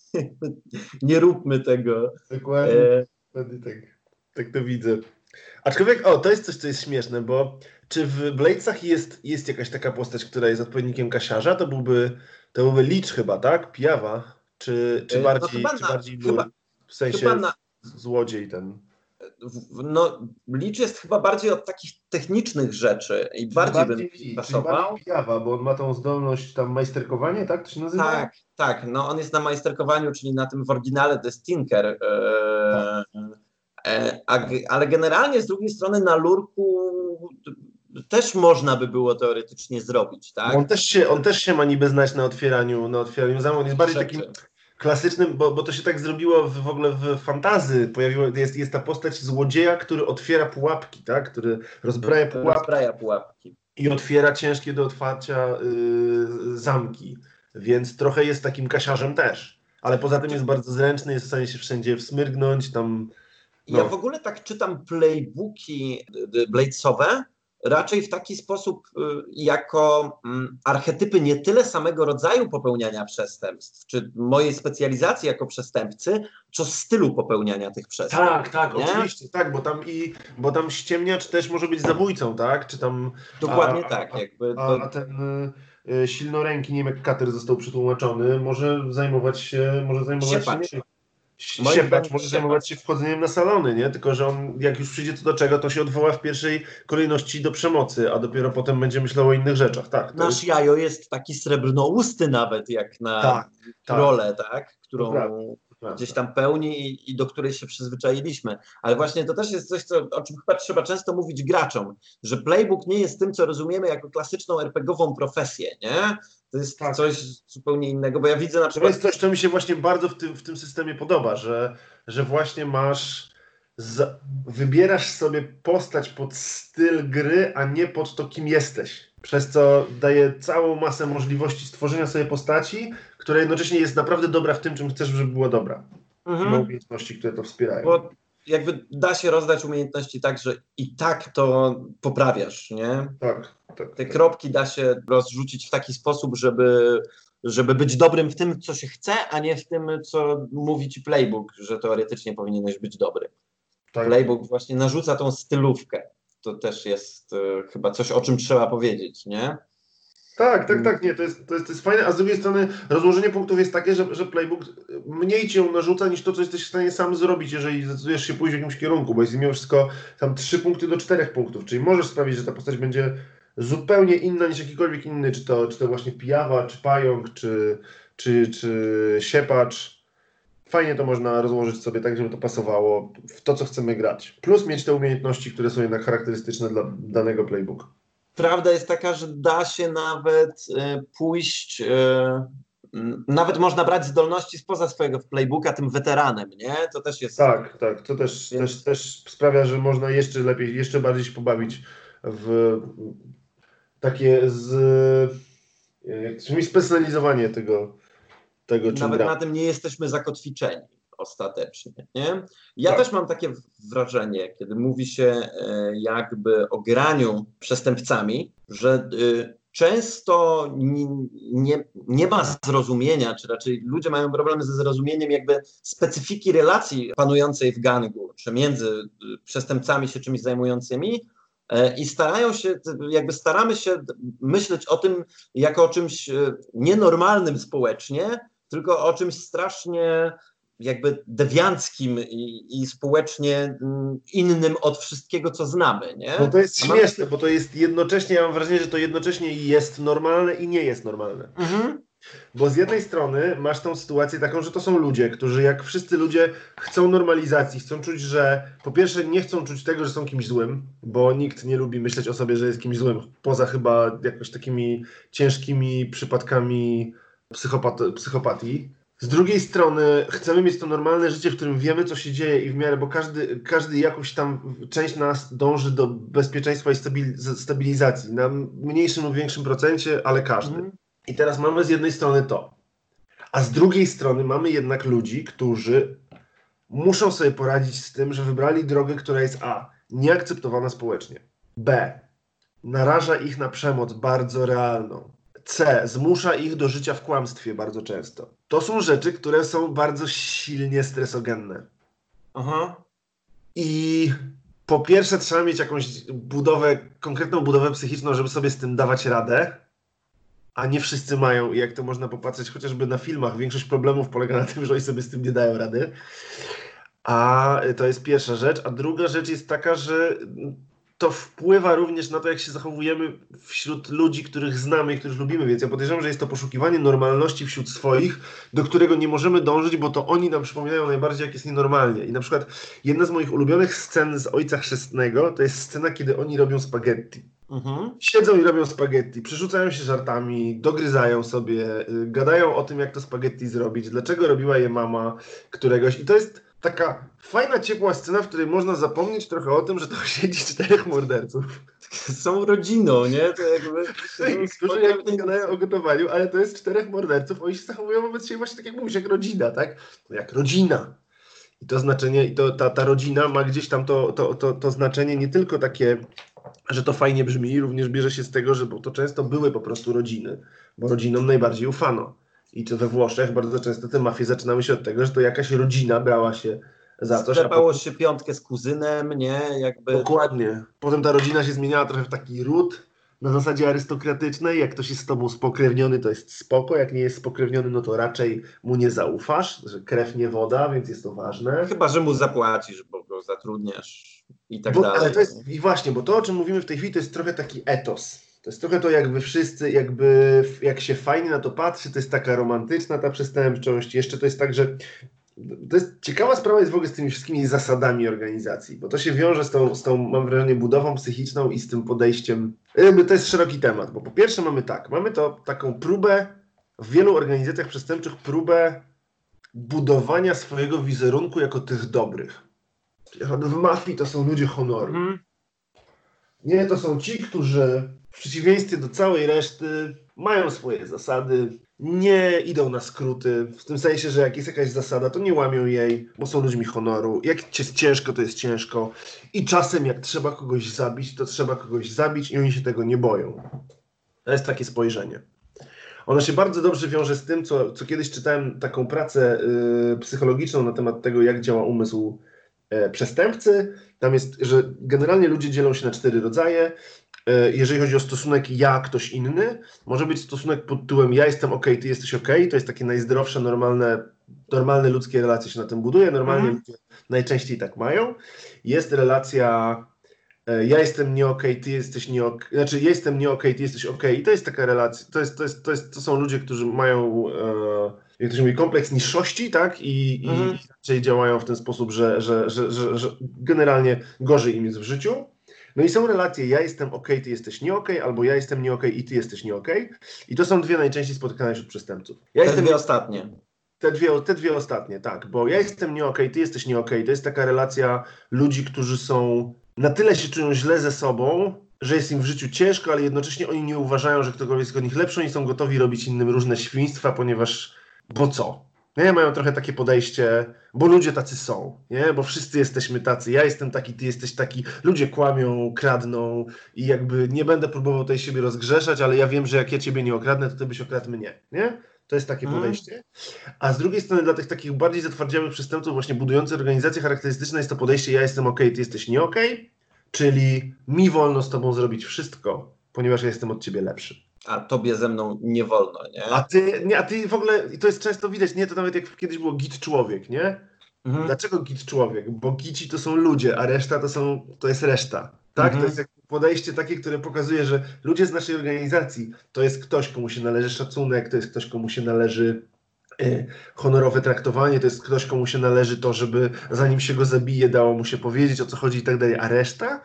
nie róbmy tego. Dokładnie. Tak to widzę. Aczkolwiek, to jest coś, co jest śmieszne, bo czy w Bladesach jest jakaś taka postać, która jest odpowiednikiem kasiarza? To byłby Licz chyba, tak? Pijawa? Czy bardziej Lur? W sensie złodziej ten? No, Licz jest chyba bardziej od takich technicznych rzeczy i bardziej bym pasował. Pijawa, bo on ma tą zdolność tam majsterkowanie, tak to się nazywa? Tak, no on jest na majsterkowaniu, czyli na tym w oryginale to jest Tinker, Tak. ale generalnie z drugiej strony na lurku też można by było teoretycznie zrobić, tak? On też się ma niby znać na otwieraniu zamku. On jest bardziej Rzeczy. takim klasycznym, bo to się tak zrobiło w ogóle w fantasy. Jest ta postać złodzieja, który otwiera pułapki, tak? Który rozbraja pułapki. I otwiera ciężkie do otwarcia zamki. Więc trochę jest takim kasiarzem też. Ale poza tym jest bardzo zręczny, jest w stanie się wszędzie wsmyrgnąć. Tam, no. Ja w ogóle tak czytam playbooki Bladesowe raczej w taki sposób jako archetypy nie tyle samego rodzaju popełniania przestępstw, czy mojej specjalizacji jako przestępcy, co stylu popełniania tych przestępstw. Tak, nie? oczywiście, tak, bo tam ściemniacz też może być zabójcą, tak? Czy tam, Dokładnie tak. A ten silnoręki, nie wiem jak Kater został przetłumaczony, może zajmować się Siepacz może zajmować się wchodzeniem na salony, nie? Tylko że on, jak już przyjdzie co do czego, to się odwoła w pierwszej kolejności do przemocy, a dopiero potem będzie myślał o innych rzeczach. Tak, Nasz Jajo jest taki srebrnousty nawet, jak na rolę, tak? Którą gdzieś tam pełni i do której się przyzwyczailiśmy. Ale właśnie to też jest coś, o czym chyba trzeba często mówić graczom, że playbook nie jest tym, co rozumiemy jako klasyczną RPG-ową profesję, nie? To jest coś zupełnie innego, bo ja widzę na przykład... To jest coś, co mi się właśnie bardzo w tym systemie podoba, że właśnie wybierasz sobie postać pod styl gry, a nie pod to, kim jesteś. Przez co daje całą masę możliwości stworzenia sobie postaci, która jednocześnie jest naprawdę dobra w tym, czym chcesz, żeby była dobra. Ma umiejętności, które to wspierają. Bo jakby da się rozdać umiejętności tak, że i tak to poprawiasz, nie? Tak. Te kropki da się rozrzucić w taki sposób, żeby być dobrym w tym, co się chce, a nie w tym, co mówi ci playbook, że teoretycznie powinieneś być dobry. Tak. Playbook właśnie narzuca tą stylówkę. To też jest chyba coś, o czym trzeba powiedzieć, nie? Tak, nie, to jest fajne, a z drugiej strony rozłożenie punktów jest takie, że playbook mniej ci ją narzuca niż to, co jesteś w stanie sam zrobić, jeżeli zdecydujesz się pójść w jakimś kierunku, bo jest mimo wszystko tam 3 punkty do 4 punktów, czyli możesz sprawić, że ta postać będzie zupełnie inna niż jakikolwiek inny, czy to właśnie pijawa, czy pająk, czy siepacz. Fajnie to można rozłożyć sobie tak, żeby to pasowało w to, co chcemy grać. Plus mieć te umiejętności, które są jednak charakterystyczne dla danego playbooka. Prawda jest taka, że da się nawet pójść, nawet można brać zdolności spoza swojego playbooka tym weteranem, nie? To też jest... Tak, to też sprawia, że można jeszcze lepiej, jeszcze bardziej się pobawić w takie specjalizowanie tego czym nawet gra. na tym nie jesteśmy zakotwiczeni ostatecznie, nie? Ja też mam takie wrażenie, kiedy mówi się jakby o graniu przestępcami, że często nie ma zrozumienia, czy raczej ludzie mają problemy ze zrozumieniem jakby specyfiki relacji panującej w gangu, czy między przestępcami się czymś zajmującymi, i staramy się myśleć o tym jako o czymś nienormalnym społecznie, tylko o czymś strasznie jakby dewianckim i społecznie innym od wszystkiego, co znamy, nie? No to jest śmieszne, bo to jest jednocześnie, ja mam wrażenie, że to jednocześnie jest normalne i nie jest normalne. Bo z jednej strony masz tą sytuację taką, że to są ludzie, którzy jak wszyscy ludzie chcą normalizacji, chcą czuć, że po pierwsze nie chcą czuć tego, że są kimś złym, bo nikt nie lubi myśleć o sobie, że jest kimś złym, poza chyba jakoś takimi ciężkimi przypadkami psychopatii. Z drugiej strony chcemy mieć to normalne życie, w którym wiemy, co się dzieje i w miarę, bo każdy jakoś tam, część nas dąży do bezpieczeństwa i stabilizacji, na mniejszym lub większym procencie, ale każdy. I teraz mamy z jednej strony to, a z drugiej strony mamy jednak ludzi, którzy muszą sobie poradzić z tym, że wybrali drogę, która jest a. nieakceptowana społecznie, b. naraża ich na przemoc bardzo realną, c. zmusza ich do życia w kłamstwie bardzo często. To są rzeczy, które są bardzo silnie stresogenne. I po pierwsze trzeba mieć jakąś konkretną budowę psychiczną, żeby sobie z tym dawać radę, a nie wszyscy mają, i jak to można popatrzeć chociażby na filmach, większość problemów polega na tym, że oni sobie z tym nie dają rady. A to jest pierwsza rzecz. A druga rzecz jest taka, że to wpływa również na to, jak się zachowujemy wśród ludzi, których znamy i których lubimy, więc ja podejrzewam, że jest to poszukiwanie normalności wśród swoich, do którego nie możemy dążyć, bo to oni nam przypominają najbardziej, jak jest nienormalnie. I na przykład jedna z moich ulubionych scen z Ojca Chrzestnego to jest scena, kiedy oni robią spaghetti. Siedzą i robią spaghetti, przerzucają się żartami, dogryzają sobie, gadają o tym, jak to spaghetti zrobić, dlaczego robiła je mama któregoś. I to jest taka fajna, ciepła scena, w której można zapomnieć trochę o tym, że to siedzi 4 morderców. Są rodziną, nie? To jakby... Którzy jakby gadają o gotowaniu, ale to jest 4 morderców, oni się zachowują wobec siebie właśnie tak jak mówisz, jak rodzina, tak? Jak rodzina. I to znaczenie, i to ta rodzina ma gdzieś tam to znaczenie nie tylko takie, że to fajnie brzmi, również bierze się z tego, że bo to często były po prostu rodziny, bo rodzinom najbardziej ufano. I to we Włoszech bardzo często te mafie zaczynały się od tego, że to jakaś rodzina brała się za coś. Sklepało się piątkę z kuzynem, nie? Jakby... Dokładnie. Potem ta rodzina się zmieniała trochę w taki ród na zasadzie arystokratycznej. Jak ktoś jest z tobą spokrewniony, to jest spoko. Jak nie jest spokrewniony, no to raczej mu nie zaufasz, że krew nie woda, więc jest to ważne. Chyba że mu zapłacisz, bo go zatrudniasz i tak dalej. Ale to jest, i właśnie, bo to, o czym mówimy w tej chwili, to jest trochę taki etos. To jest trochę to, jakby wszyscy, jak się fajnie na to patrzy, to jest taka romantyczna ta przestępczość. Jeszcze to jest tak, że to jest ciekawa sprawa jest w ogóle z tymi wszystkimi zasadami organizacji, bo to się wiąże z tą, mam wrażenie, budową psychiczną i z tym podejściem. To jest szeroki temat, bo po pierwsze mamy taką próbę, w wielu organizacjach przestępczych próbę budowania swojego wizerunku jako tych dobrych. W mafii to są ludzie honoru. Nie, to są ci, którzy w przeciwieństwie do całej reszty mają swoje zasady, nie idą na skróty, w tym sensie, że jak jest jakaś zasada, to nie łamią jej, bo są ludźmi honoru. Jak jest ciężko, to jest ciężko. I czasem jak trzeba kogoś zabić, to trzeba kogoś zabić i oni się tego nie boją. To jest takie spojrzenie. Ono się bardzo dobrze wiąże z tym, co kiedyś czytałem taką pracę psychologiczną na temat tego, jak działa umysł przestępcy. Tam jest, że generalnie ludzie dzielą się na 4 rodzaje. Jeżeli chodzi o stosunek ja, ktoś inny, może być stosunek pod tytułem ja jestem okej, ty jesteś okej. To jest takie najzdrowsze, normalne ludzkie relacje się na tym buduje. Normalnie ludzie najczęściej tak mają. Jest relacja ja jestem nie okej, ty jesteś nie okej. Znaczy ja jestem nie okej, ty jesteś okej. I to jest taka relacja. To są ludzie, którzy mają jak to się mówi, kompleks niższości, tak? I raczej działają w ten sposób, że generalnie gorzej im jest w życiu. No i są relacje ja jestem okej, ty jesteś nie okej, albo ja jestem nie okej i ty jesteś nie okej. I to są 2 najczęściej spotykane wśród przestępców. Te 2 ostatnie. Te dwie ostatnie, tak. Bo ja jestem nie okej, ty jesteś nie okej. To jest taka relacja ludzi, którzy są na tyle się czują źle ze sobą, że jest im w życiu ciężko, ale jednocześnie oni nie uważają, że ktokolwiek jest od nich lepszy, oni są gotowi robić innym różne świństwa, ponieważ bo co? Nie? Mają trochę takie podejście, bo ludzie tacy są, nie? Bo wszyscy jesteśmy tacy, ja jestem taki, ty jesteś taki, ludzie kłamią, kradną i jakby nie będę próbował tutaj siebie rozgrzeszać, ale ja wiem, że jak ja ciebie nie okradnę, to ty byś okradł mnie, nie? To jest takie podejście. A z drugiej strony dla tych takich bardziej zatwardziałych przestępców właśnie budujących organizacje charakterystyczne jest to podejście ja jestem okej, ty jesteś nie okej, czyli mi wolno z tobą zrobić wszystko, ponieważ ja jestem od ciebie lepszy. A tobie ze mną nie wolno, nie? A ty w ogóle, i to jest często widać, nie? To nawet jak kiedyś było git człowiek, nie? Dlaczego git człowiek? Bo gici to są ludzie, a reszta to jest reszta. Tak? To jest jak podejście takie, które pokazuje, że ludzie z naszej organizacji to jest ktoś, komu się należy szacunek, to jest ktoś, komu się należy honorowe traktowanie, to jest ktoś, komu się należy to, żeby zanim się go zabije, dało mu się powiedzieć, o co chodzi i tak dalej. A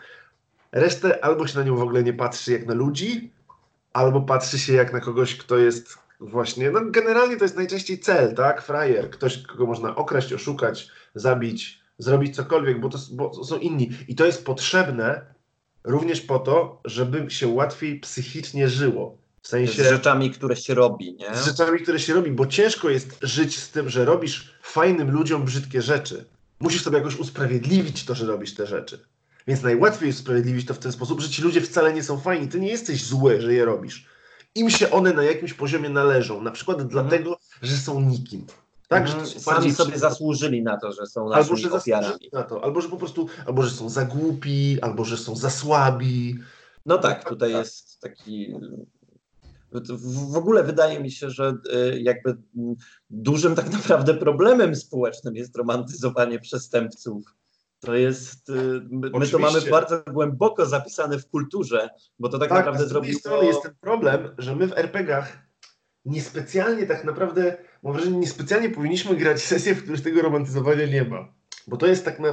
resztę albo się na nią w ogóle nie patrzy jak na ludzi, albo patrzy się jak na kogoś, kto jest właśnie, no generalnie to jest najczęściej cel, tak? Frajer, ktoś, kogo można okraść, oszukać, zabić, zrobić cokolwiek, bo to są inni. I to jest potrzebne również po to, żeby się łatwiej psychicznie żyło. W sensie... Z rzeczami, które się robi, nie? Z rzeczami, które się robi, bo ciężko jest żyć z tym, że robisz fajnym ludziom brzydkie rzeczy. Musisz sobie jakoś usprawiedliwić to, że robisz te rzeczy. Więc najłatwiej jest usprawiedliwić to w ten sposób, że ci ludzie wcale nie są fajni. Ty nie jesteś zły, że je robisz. Im się one na jakimś poziomie należą. Na przykład dlatego, że są nikim. Tak, że sami sobie zasłużyli na to, że są naszymi ofiarami. Na to, albo że po prostu, albo że są za głupi, albo że są za słabi. No tak, tutaj jest taki W ogóle wydaje mi się, że jakby dużym tak naprawdę problemem społecznym jest romantyzowanie przestępców. To jest, my to mamy bardzo głęboko zapisane w kulturze, bo to tak naprawdę z drugiej strony jest ten problem, że my w RPG-ach niespecjalnie tak naprawdę, mam wrażenie, niespecjalnie powinniśmy grać sesje, w których tego romantyzowania nie ma. Bo to jest tak na...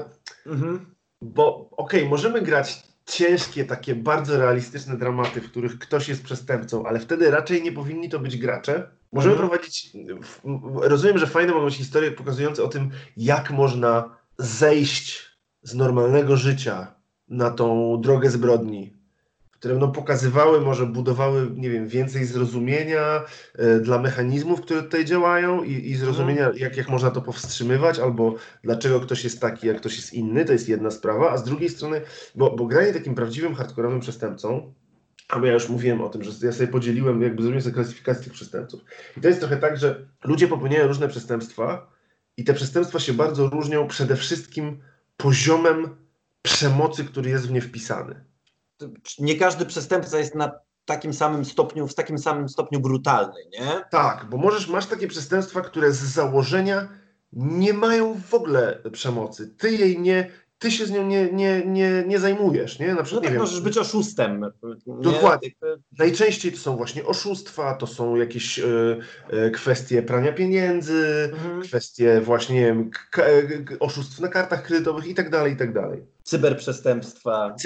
Bo możemy grać ciężkie, takie bardzo realistyczne dramaty, w których ktoś jest przestępcą, ale wtedy raczej nie powinni to być gracze. Możemy prowadzić... Rozumiem, że fajne mogą być historie pokazujące o tym, jak można zejść z normalnego życia na tą drogę zbrodni, które pokazywały, może budowały, nie wiem, więcej zrozumienia dla mechanizmów, które tutaj działają i zrozumienia, jak można to powstrzymywać, albo dlaczego ktoś jest taki, jak ktoś jest inny, to jest jedna sprawa, a z drugiej strony, bo granie takim prawdziwym, hardkorowym przestępcą, albo ja już mówiłem o tym, że ja sobie podzieliłem, jakby zrobiłem sobie klasyfikację tych przestępców. I to jest trochę tak, że ludzie popełniają różne przestępstwa i te przestępstwa się bardzo różnią przede wszystkim poziomem przemocy, który jest w nie wpisany. Nie każdy przestępca jest na takim samym stopniu, w takim samym stopniu brutalny, nie? Tak, bo masz takie przestępstwa, które z założenia nie mają w ogóle przemocy. Ty się z nią nie zajmujesz, nie? Na przykład, nie wiem, możesz być oszustem. Dokładnie. Najczęściej to są właśnie oszustwa, to są jakieś kwestie prania pieniędzy, kwestie właśnie, nie wiem, oszustw na kartach kredytowych i tak dalej, i tak dalej. Cyberprzestępstwa.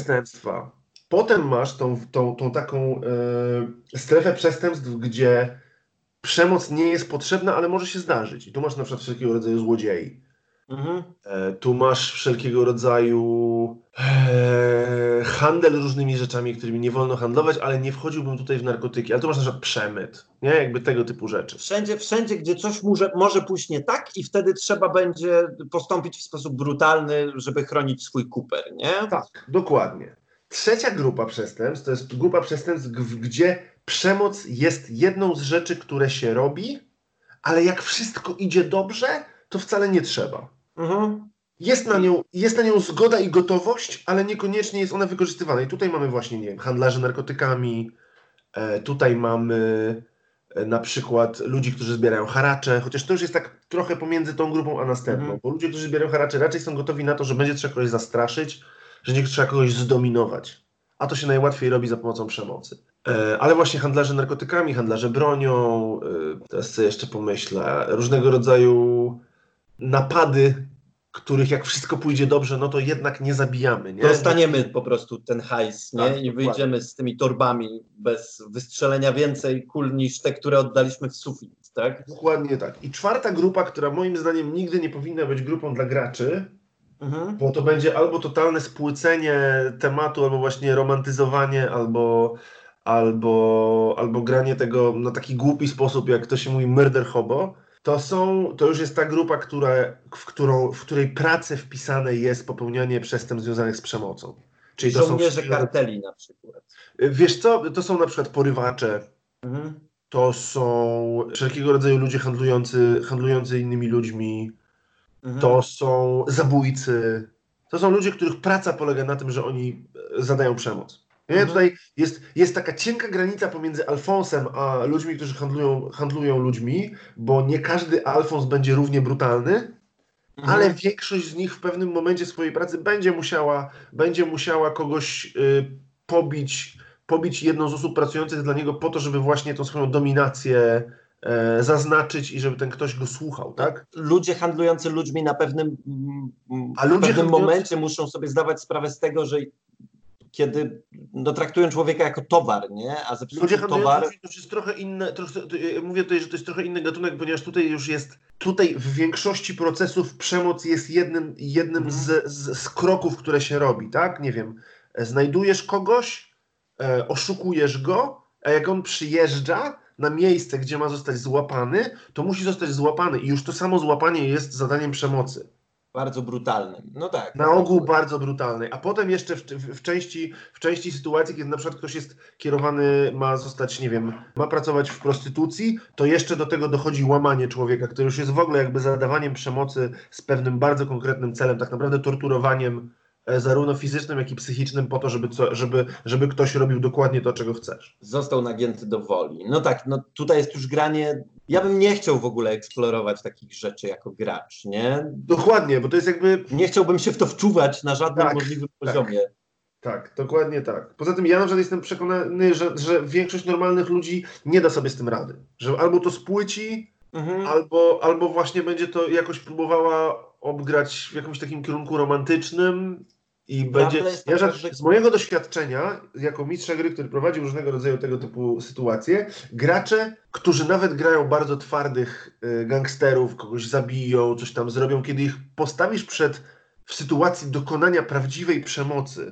Potem masz tą taką strefę przestępstw, gdzie przemoc nie jest potrzebna, ale może się zdarzyć. I tu masz na przykład wszelkiego rodzaju złodziei. Tu masz wszelkiego rodzaju handel różnymi rzeczami, którymi nie wolno handlować, ale nie wchodziłbym tutaj w narkotyki. Ale tu masz na przykład przemyt, nie? Jakby tego typu rzeczy. Wszędzie, gdzie coś może pójść nie tak i wtedy trzeba będzie postąpić w sposób brutalny, żeby chronić swój kuper, nie? Tak, dokładnie. Trzecia grupa przestępstw to jest grupa przestępstw, gdzie przemoc jest jedną z rzeczy, które się robi, ale jak wszystko idzie dobrze, to wcale nie trzeba. Jest na nią zgoda i gotowość, ale niekoniecznie jest ona wykorzystywana. I tutaj mamy właśnie, nie wiem, handlarzy narkotykami, tutaj mamy na przykład ludzi, którzy zbierają haracze, chociaż to już jest tak trochę pomiędzy tą grupą a następną, bo ludzie, którzy zbierają haracze, raczej są gotowi na to, że będzie trzeba kogoś zastraszyć, że nie trzeba kogoś zdominować. A to się najłatwiej robi za pomocą przemocy. Ale właśnie handlarze narkotykami, handlarze bronią, teraz sobie jeszcze pomyślę, różnego rodzaju napady, których jak wszystko pójdzie dobrze, no to jednak nie zabijamy, nie? Dostaniemy po prostu ten hajs, nie? Tak, i wyjdziemy z tymi torbami bez wystrzelenia więcej kul niż te, które oddaliśmy w sufit, tak? Dokładnie tak. I czwarta grupa, która moim zdaniem nigdy nie powinna być grupą dla graczy, bo to będzie albo totalne spłycenie tematu, albo właśnie romantyzowanie, albo granie tego na taki głupi sposób, jak to się mówi murder hobo. To już jest ta grupa, w której pracę wpisane jest popełnianie przestępstw związanych z przemocą. Czyli żołnierze karteli na przykład. Wiesz co, to są na przykład porywacze, to są wszelkiego rodzaju ludzie handlujący innymi ludźmi, to są zabójcy, to są ludzie, których praca polega na tym, że oni zadają przemoc. Nie? Tutaj jest taka cienka granica pomiędzy Alfonsem a ludźmi, którzy handlują ludźmi, bo nie każdy Alfons będzie równie brutalny, ale większość z nich w pewnym momencie swojej pracy będzie musiała kogoś pobić jedną z osób pracujących dla niego po to, żeby właśnie tą swoją dominację zaznaczyć i żeby ten ktoś go słuchał, tak? Ludzie handlujący ludźmi na pewnym momencie muszą sobie zdawać sprawę z tego, że kiedy traktują człowieka jako towar, nie? A zepsuty towar... To już jest trochę inne, mówię tutaj, że to jest trochę inny gatunek, ponieważ tutaj w większości procesów przemoc jest jednym z kroków, które się robi, tak? Nie wiem, znajdujesz kogoś, oszukujesz go, a jak on przyjeżdża na miejsce, gdzie ma zostać złapany, to musi zostać złapany i już to samo złapanie jest zadaniem przemocy. Bardzo brutalnym. No tak. Na ogół bardzo brutalnej. A potem jeszcze w części sytuacji, kiedy na przykład ktoś jest kierowany, ma zostać, nie wiem, ma pracować w prostytucji, to jeszcze do tego dochodzi łamanie człowieka, które już jest w ogóle jakby zadawaniem przemocy z pewnym bardzo konkretnym celem, tak naprawdę torturowaniem zarówno fizycznym, jak i psychicznym po to, żeby ktoś robił dokładnie to, czego chcesz. Został nagięty do woli. No tak, no tutaj jest już granie. Ja bym nie chciał w ogóle eksplorować takich rzeczy jako gracz, nie? Dokładnie, bo to jest jakby... Nie chciałbym się w to wczuwać na żadnym możliwym poziomie. Tak, dokładnie tak. Poza tym ja na przykład jestem przekonany, że większość normalnych ludzi nie da sobie z tym rady. Że albo to spłyci, albo właśnie będzie to jakoś próbowała obgrać w jakimś takim kierunku romantycznym i będzie... Z mojego doświadczenia, jako mistrza gry, który prowadził różnego rodzaju tego typu sytuacje, gracze, którzy nawet grają bardzo twardych gangsterów, kogoś zabiją, coś tam zrobią, kiedy ich postawisz w sytuacji dokonania prawdziwej przemocy,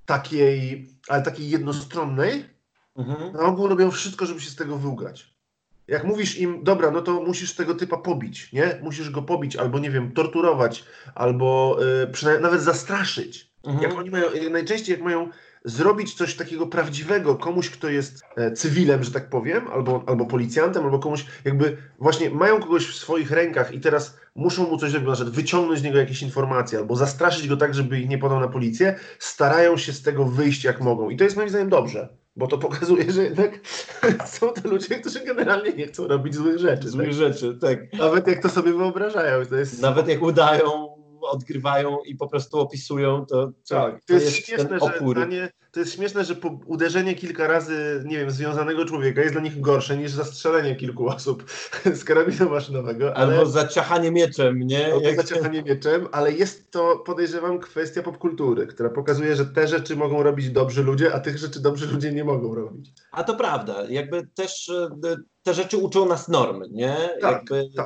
ale takiej jednostronnej, na ogół robią wszystko, żeby się z tego wyugrać. Jak mówisz im, dobra, no to musisz tego typa pobić, nie? Musisz go pobić, albo nie wiem, torturować, albo przynajmniej nawet zastraszyć. Najczęściej jak mają zrobić coś takiego prawdziwego komuś, kto jest cywilem, że tak powiem, albo policjantem, albo komuś, jakby właśnie mają kogoś w swoich rękach i teraz muszą mu coś zrobić, na przykład wyciągnąć z niego jakieś informacje, albo zastraszyć go tak, żeby ich nie podał na policję, starają się z tego wyjść jak mogą. I to jest moim zdaniem dobrze, bo to pokazuje, że jednak są to ludzie, którzy generalnie nie chcą robić złych rzeczy. Tak. Nawet jak to sobie wyobrażają. Nawet jak udają, odgrywają i po prostu opisują, to jest śmieszne, to jest śmieszne, że uderzenie kilka razy, nie wiem, związanego człowieka jest dla nich gorsze niż zastrzelenie kilku osób z karabinu maszynowego. Albo zaciachanie mieczem, nie? Zaciachanie mieczem, ale jest to, podejrzewam, kwestia popkultury, która pokazuje, że te rzeczy mogą robić dobrzy ludzie, a tych rzeczy dobrzy ludzie nie mogą robić. A to prawda. Jakby też te rzeczy uczą nas normy, nie? Tak.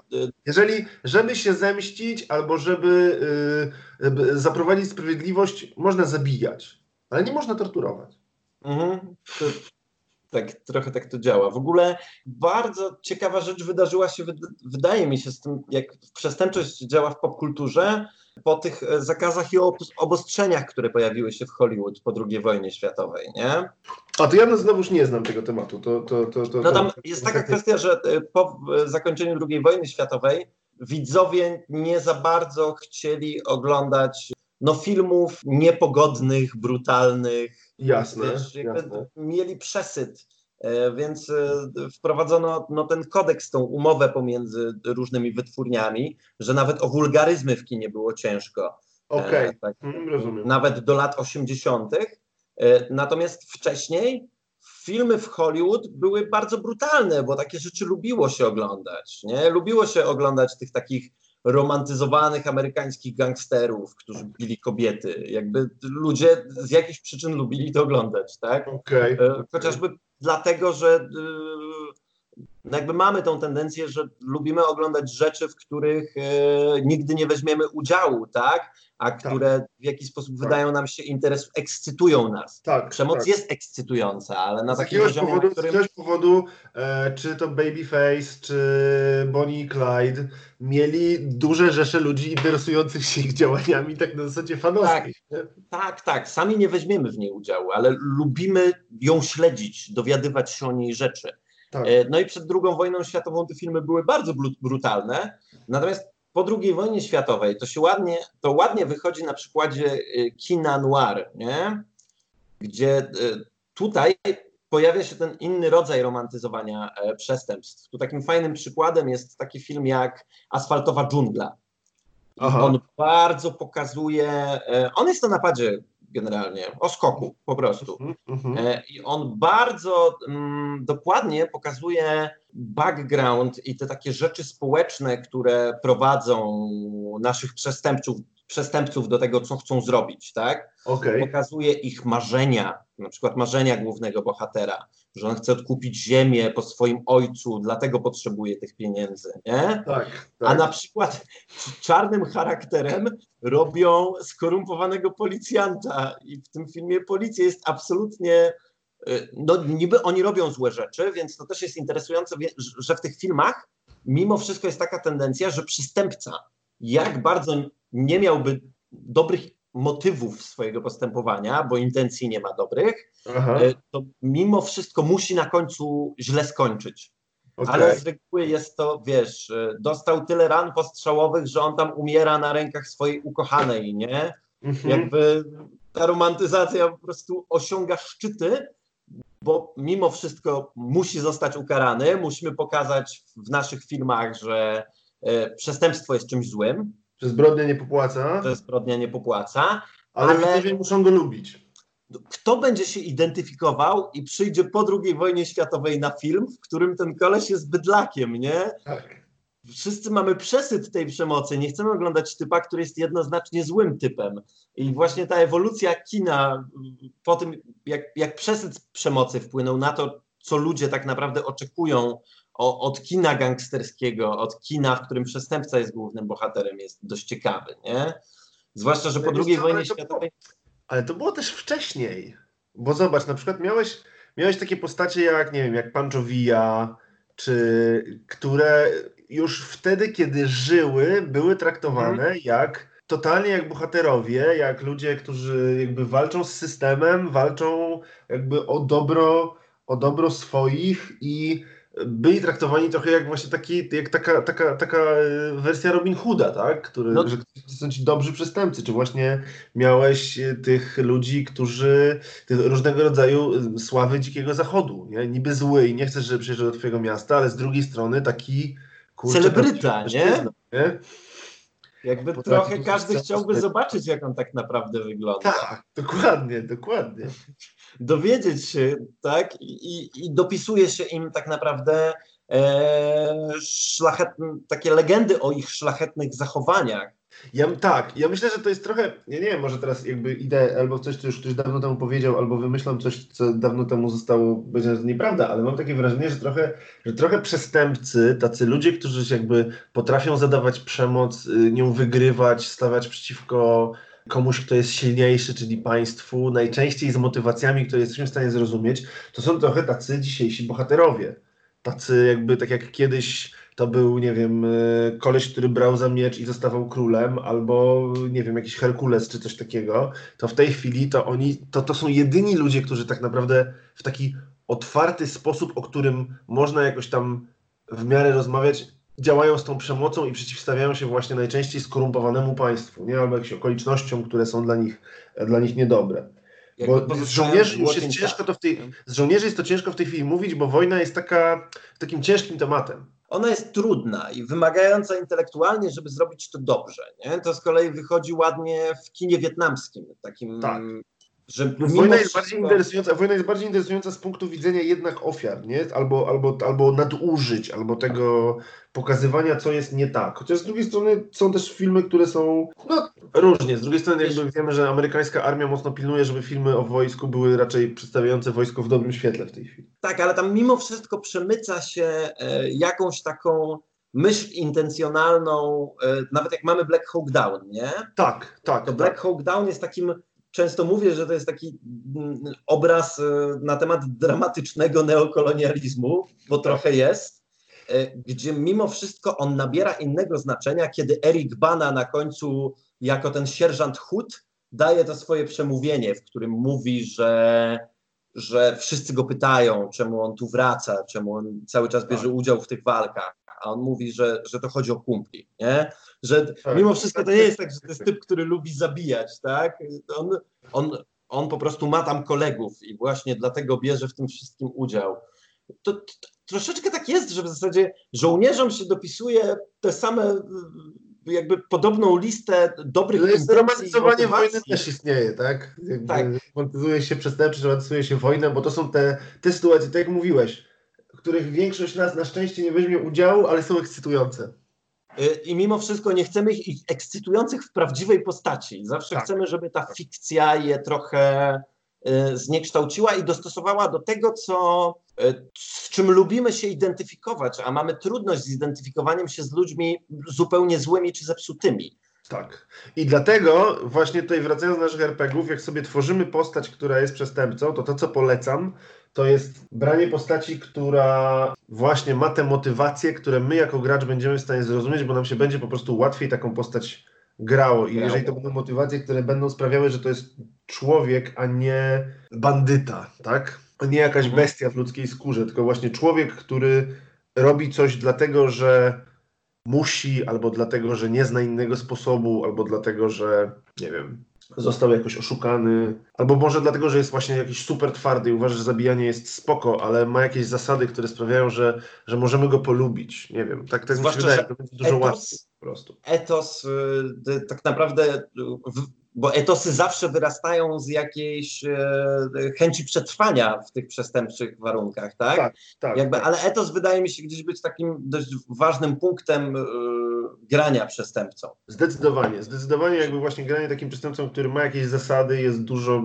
Żeby się zemścić albo żeby zaprowadzić sprawiedliwość, można zabijać, ale nie można torturować. Tak, trochę tak to działa. W ogóle bardzo ciekawa rzecz wydarzyła się, wydaje mi się, z tym, jak przestępczość działa w popkulturze, po tych zakazach i obostrzeniach, które pojawiły się w Hollywood po II wojnie światowej, nie? A to ja znowuż nie znam tego tematu. No tam jest taka kwestia, że po zakończeniu II wojny światowej widzowie nie za bardzo chcieli oglądać filmów niepogodnych, brutalnych. Jasne. Mieli przesyt, więc wprowadzono ten kodeks, tą umowę pomiędzy różnymi wytwórniami, że nawet o wulgaryzmy w kinie było ciężko. Rozumiem. Nawet do lat 80. Natomiast wcześniej filmy w Hollywood były bardzo brutalne, bo takie rzeczy lubiło się oglądać, nie? Lubiło się oglądać tych takich romantyzowanych amerykańskich gangsterów, którzy bili kobiety. Jakby ludzie z jakichś przyczyn lubili to oglądać, tak? Chociażby dlatego, że jakby mamy tą tendencję, że lubimy oglądać rzeczy, w których nigdy nie weźmiemy udziału, tak? A które w jakiś sposób wydają nam się ekscytują nas. Przemoc jest ekscytująca, ale na takim poziomie, z jakiegoś powodu, czy to Babyface, czy Bonnie i Clyde, mieli duże rzesze ludzi interesujących się ich działaniami, tak na zasadzie fanowskich. Tak. Sami nie weźmiemy w niej udziału, ale lubimy ją śledzić, dowiadywać się o niej rzeczy. No i przed II wojną światową te filmy były bardzo brutalne, natomiast po II wojnie światowej to ładnie wychodzi na przykładzie kina noir, nie? Gdzie tutaj pojawia się ten inny rodzaj romantyzowania przestępstw. Tu takim fajnym przykładem jest taki film jak Asfaltowa dżungla. On bardzo pokazuje, on jest na napadzie generalnie, o skoku po prostu. I on bardzo dokładnie pokazuje background i te takie rzeczy społeczne, które prowadzą naszych przestępców do tego, co chcą zrobić, tak? Pokazuje ich marzenia, na przykład marzenia głównego bohatera, że on chce odkupić ziemię po swoim ojcu, dlatego potrzebuje tych pieniędzy, nie? A na przykład czarnym charakterem robią skorumpowanego policjanta i w tym filmie policja jest absolutnie, niby oni robią złe rzeczy, więc to też jest interesujące, że w tych filmach mimo wszystko jest taka tendencja, że przestępca, jak bardzo nie miałby dobrych motywów swojego postępowania, bo intencji nie ma dobrych, to mimo wszystko musi na końcu źle skończyć. Ale z reguły jest to, wiesz, dostał tyle ran postrzałowych, że on tam umiera na rękach swojej ukochanej, nie? Jakby ta romantyzacja po prostu osiąga szczyty, bo mimo wszystko musi zostać ukarany. Musimy pokazać w naszych filmach, że przestępstwo jest czymś złym. Że zbrodnia nie popłaca. Że zbrodnia nie popłaca. Ale widzowie muszą go lubić. Kto będzie się identyfikował i przyjdzie po II wojnie światowej na film, w którym ten koleś jest bydlakiem, nie? Tak. Wszyscy mamy przesyt tej przemocy. Nie chcemy oglądać typa, który jest jednoznacznie złym typem. I właśnie ta ewolucja kina po tym, jak przesyt przemocy wpłynął na to, co ludzie tak naprawdę oczekują od kina gangsterskiego, od kina, w którym przestępca jest głównym bohaterem, jest dość ciekawy, nie? Zwłaszcza, że po II wojnie światowej... Ale to było też wcześniej. Bo zobacz, na przykład miałeś takie postacie jak, nie wiem, jak Pancho Villa, które już wtedy, kiedy żyły, były traktowane totalnie jak bohaterowie, jak ludzie, którzy jakby walczą z systemem, walczą jakby o dobro swoich i byli traktowani trochę jak właśnie taka wersja Robin Hooda, tak? Że są ci dobrzy przestępcy, czy właśnie miałeś tych ludzi, tych różnego rodzaju sławy dzikiego zachodu, nie? Niby zły i nie chcesz, żeby przyjeżdżał do twojego miasta, ale z drugiej strony taki celebryta, nie? Jakby potrafi trochę każdy chciałby zobaczyć, jak on tak naprawdę wygląda. Tak, dokładnie. Dowiedzieć się, tak? I dopisuje się im tak naprawdę takie legendy o ich szlachetnych zachowaniach. Ja myślę, że to jest trochę, ja nie wiem, może teraz jakby idę albo coś, co już ktoś dawno temu powiedział, albo wymyślam coś, co dawno temu zostało, będzie to nieprawda, ale mam takie wrażenie, że trochę przestępcy, tacy ludzie, którzy jakby potrafią zadawać przemoc, nią wygrywać, stawać przeciwko komuś, kto jest silniejszy, czyli państwu, najczęściej z motywacjami, które jesteśmy w stanie zrozumieć, to są trochę tacy dzisiejsi bohaterowie. Tacy jakby, tak jak kiedyś to był, nie wiem, koleś, który brał za miecz i zostawał królem, albo, nie wiem, jakiś Herkules czy coś takiego, to w tej chwili to są jedyni ludzie, którzy tak naprawdę w taki otwarty sposób, o którym można jakoś tam w miarę rozmawiać, działają z tą przemocą i przeciwstawiają się właśnie najczęściej skorumpowanemu państwu, nie? Albo jakimś okolicznościom, które są dla nich niedobre. Bo z żołnierzy już jest ciężko z żołnierzy jest to ciężko w tej chwili mówić, bo wojna jest takim ciężkim tematem. Ona jest trudna i wymagająca intelektualnie, żeby zrobić to dobrze, nie? To z kolei wychodzi ładnie w kinie wietnamskim, takim... Tak. Że wojna jest bardziej interesująca z punktu widzenia jednak ofiar, nie? Albo nadużyć, albo tego pokazywania, co jest nie tak. Chociaż z drugiej strony są też filmy, które są różnie. Z drugiej strony jakby wiemy, że amerykańska armia mocno pilnuje, żeby filmy o wojsku były raczej przedstawiające wojsko w dobrym świetle w tej chwili. Tak, ale tam mimo wszystko przemyca się jakąś taką myśl intencjonalną, nawet jak mamy Black Hawk Down, nie? Tak. To Black Hawk Down jest takim... Często mówię, że to jest taki obraz na temat dramatycznego neokolonializmu, bo trochę jest, gdzie mimo wszystko on nabiera innego znaczenia, kiedy Eric Bana na końcu jako ten sierżant Hood daje to swoje przemówienie, w którym mówi, że wszyscy go pytają, czemu on tu wraca, czemu on cały czas bierze udział w tych walkach, a on mówi, że to chodzi o kumpli, nie? Że mimo wszystko to nie jest tak, że to jest typ, który lubi zabijać, tak? On po prostu ma tam kolegów i właśnie dlatego bierze w tym wszystkim udział. To troszeczkę tak jest, że w zasadzie żołnierzom się dopisuje te same, jakby podobną listę dobrych intencji. To jest romantyzowanie wojny też istnieje, tak? Tak. Romantyzuje się przestępczość, romantyzuje się wojnę, bo to są te sytuacje, tak jak mówiłeś, w których większość nas na szczęście nie weźmie udziału, ale są ekscytujące. I mimo wszystko nie chcemy ich ekscytujących w prawdziwej postaci. Zawsze chcemy, żeby ta fikcja je trochę zniekształciła i dostosowała do tego, z czym lubimy się identyfikować, a mamy trudność z identyfikowaniem się z ludźmi zupełnie złymi czy zepsutymi. Tak. I dlatego właśnie tutaj wracając do naszych RPG-ów, jak sobie tworzymy postać, która jest przestępcą, to co polecam, to jest branie postaci, która właśnie ma te motywacje, które my jako gracz będziemy w stanie zrozumieć, bo nam się będzie po prostu łatwiej taką postać grało. I jeżeli to będą motywacje, które będą sprawiały, że to jest człowiek, a nie bandyta, tak? A nie jakaś bestia w ludzkiej skórze, tylko właśnie człowiek, który robi coś dlatego, że musi, albo dlatego, że nie zna innego sposobu, albo dlatego, że nie wiem, został jakoś oszukany, albo może dlatego, że jest właśnie jakiś super twardy i uważa, że zabijanie jest spoko, ale ma jakieś zasady, które sprawiają, że możemy go polubić. Nie wiem, tak mi się Zwłaszcza, wydaje, że to będzie dużo łatwiej po prostu. etos tak naprawdę, bo etosy zawsze wyrastają z jakiejś chęci przetrwania w tych przestępczych warunkach, tak? Tak, tak, tak. Ale etos wydaje mi się gdzieś być takim dość ważnym punktem grania przestępcą. Zdecydowanie jakby właśnie granie takim przestępcą, który ma jakieś zasady, jest dużo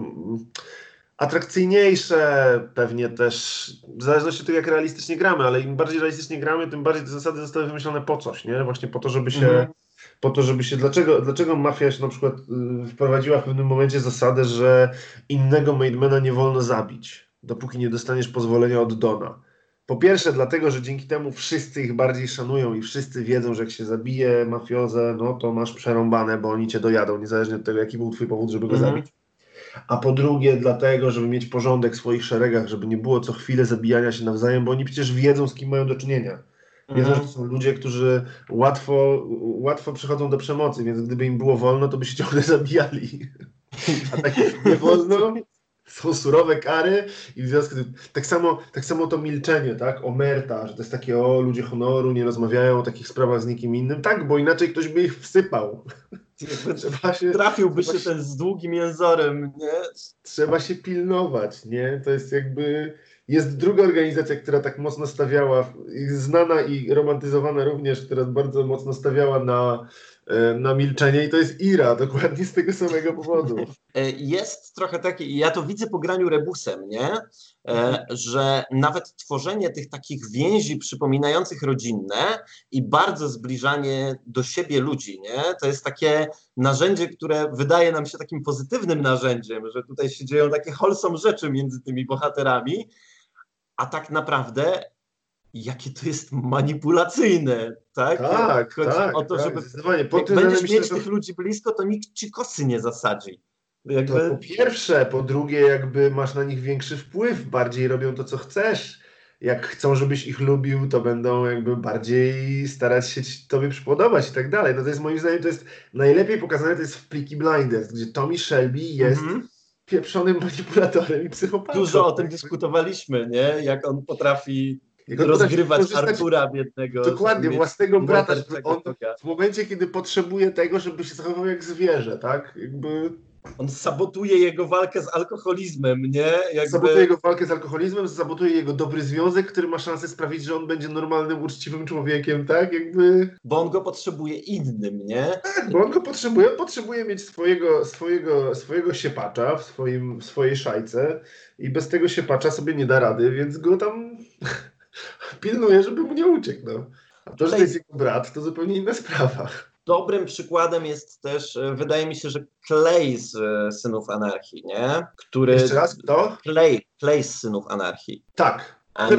atrakcyjniejsze, pewnie też, w zależności od tego, jak realistycznie gramy, ale im bardziej realistycznie gramy, tym bardziej te zasady zostały wymyślone po coś, nie? Właśnie po to, żeby się, dlaczego mafia się na przykład wprowadziła w pewnym momencie zasadę, że innego mademana nie wolno zabić, dopóki nie dostaniesz pozwolenia od Dona. Po pierwsze dlatego, że dzięki temu wszyscy ich bardziej szanują i wszyscy wiedzą, że jak się zabije mafiozę, no to masz przerąbane, bo oni cię dojadą, niezależnie od tego, jaki był twój powód, żeby go zabić. A po drugie dlatego, żeby mieć porządek w swoich szeregach, żeby nie było co chwilę zabijania się nawzajem, bo oni przecież wiedzą, z kim mają do czynienia. Wiedzą, że to są ludzie, którzy łatwo przechodzą do przemocy, więc gdyby im było wolno, to by się ciągle zabijali. A tak już nie wolno, są surowe kary i w związku z tym tak samo to milczenie, tak, omerta, że to jest takie, ludzie honoru nie rozmawiają o takich sprawach z nikim innym, tak, bo inaczej ktoś by ich wsypał. Trafiłby się ten z długim jęzorem, nie? Trzeba się pilnować, nie? To jest jakby... Jest druga organizacja, która tak mocno stawiała, znana i romantyzowana również, która bardzo mocno stawiała na milczenie i to jest IRA, dokładnie z tego samego powodu. Jest trochę taki, ja to widzę po graniu rebusem, nie? Że nawet tworzenie tych takich więzi przypominających rodzinne i bardzo zbliżanie do siebie ludzi, nie? To jest takie narzędzie, które wydaje nam się takim pozytywnym narzędziem, że tutaj się dzieją takie wholesome rzeczy między tymi bohaterami, a tak naprawdę jakie to jest manipulacyjne, tak? Chodzi o to, żeby jak będziesz mieć tych ludzi blisko, to nikt ci kosy nie zasadzi. To po pierwsze, po drugie jakby masz na nich większy wpływ, bardziej robią to, co chcesz. Jak chcą, żebyś ich lubił, to będą jakby bardziej starać się tobie przypodobać i tak dalej. No to jest moim zdaniem, to jest najlepiej pokazane, to jest w Peaky Blinders, gdzie Tommy Shelby jest pieprzonym manipulatorem i psychopatą. Dużo o tym dyskutowaliśmy, nie? Jak on potrafi rozgrywać Artura biednego. Dokładnie, własnego brata. On w momencie, kiedy potrzebuje tego, żeby się zachował jak zwierzę, tak? Jakby... On sabotuje jego walkę z alkoholizmem, nie? Sabotuje jego walkę z alkoholizmem, sabotuje jego dobry związek, który ma szansę sprawić, że on będzie normalnym, uczciwym człowiekiem, tak? Jakby... Bo on go potrzebuje innym, nie? Tak, bo on go potrzebuje. On potrzebuje mieć swojego siepacza w swojej szajce i bez tego siepacza sobie nie da rady, więc go tam pilnuje, żeby mu nie uciekł. No. A to, że to jest jego brat, to zupełnie inna sprawa. Dobrym przykładem jest też, wydaje mi się, że Clay z Synów Anarchii, nie? Jeszcze raz, kto? Clay z Synów Anarchii. Tak,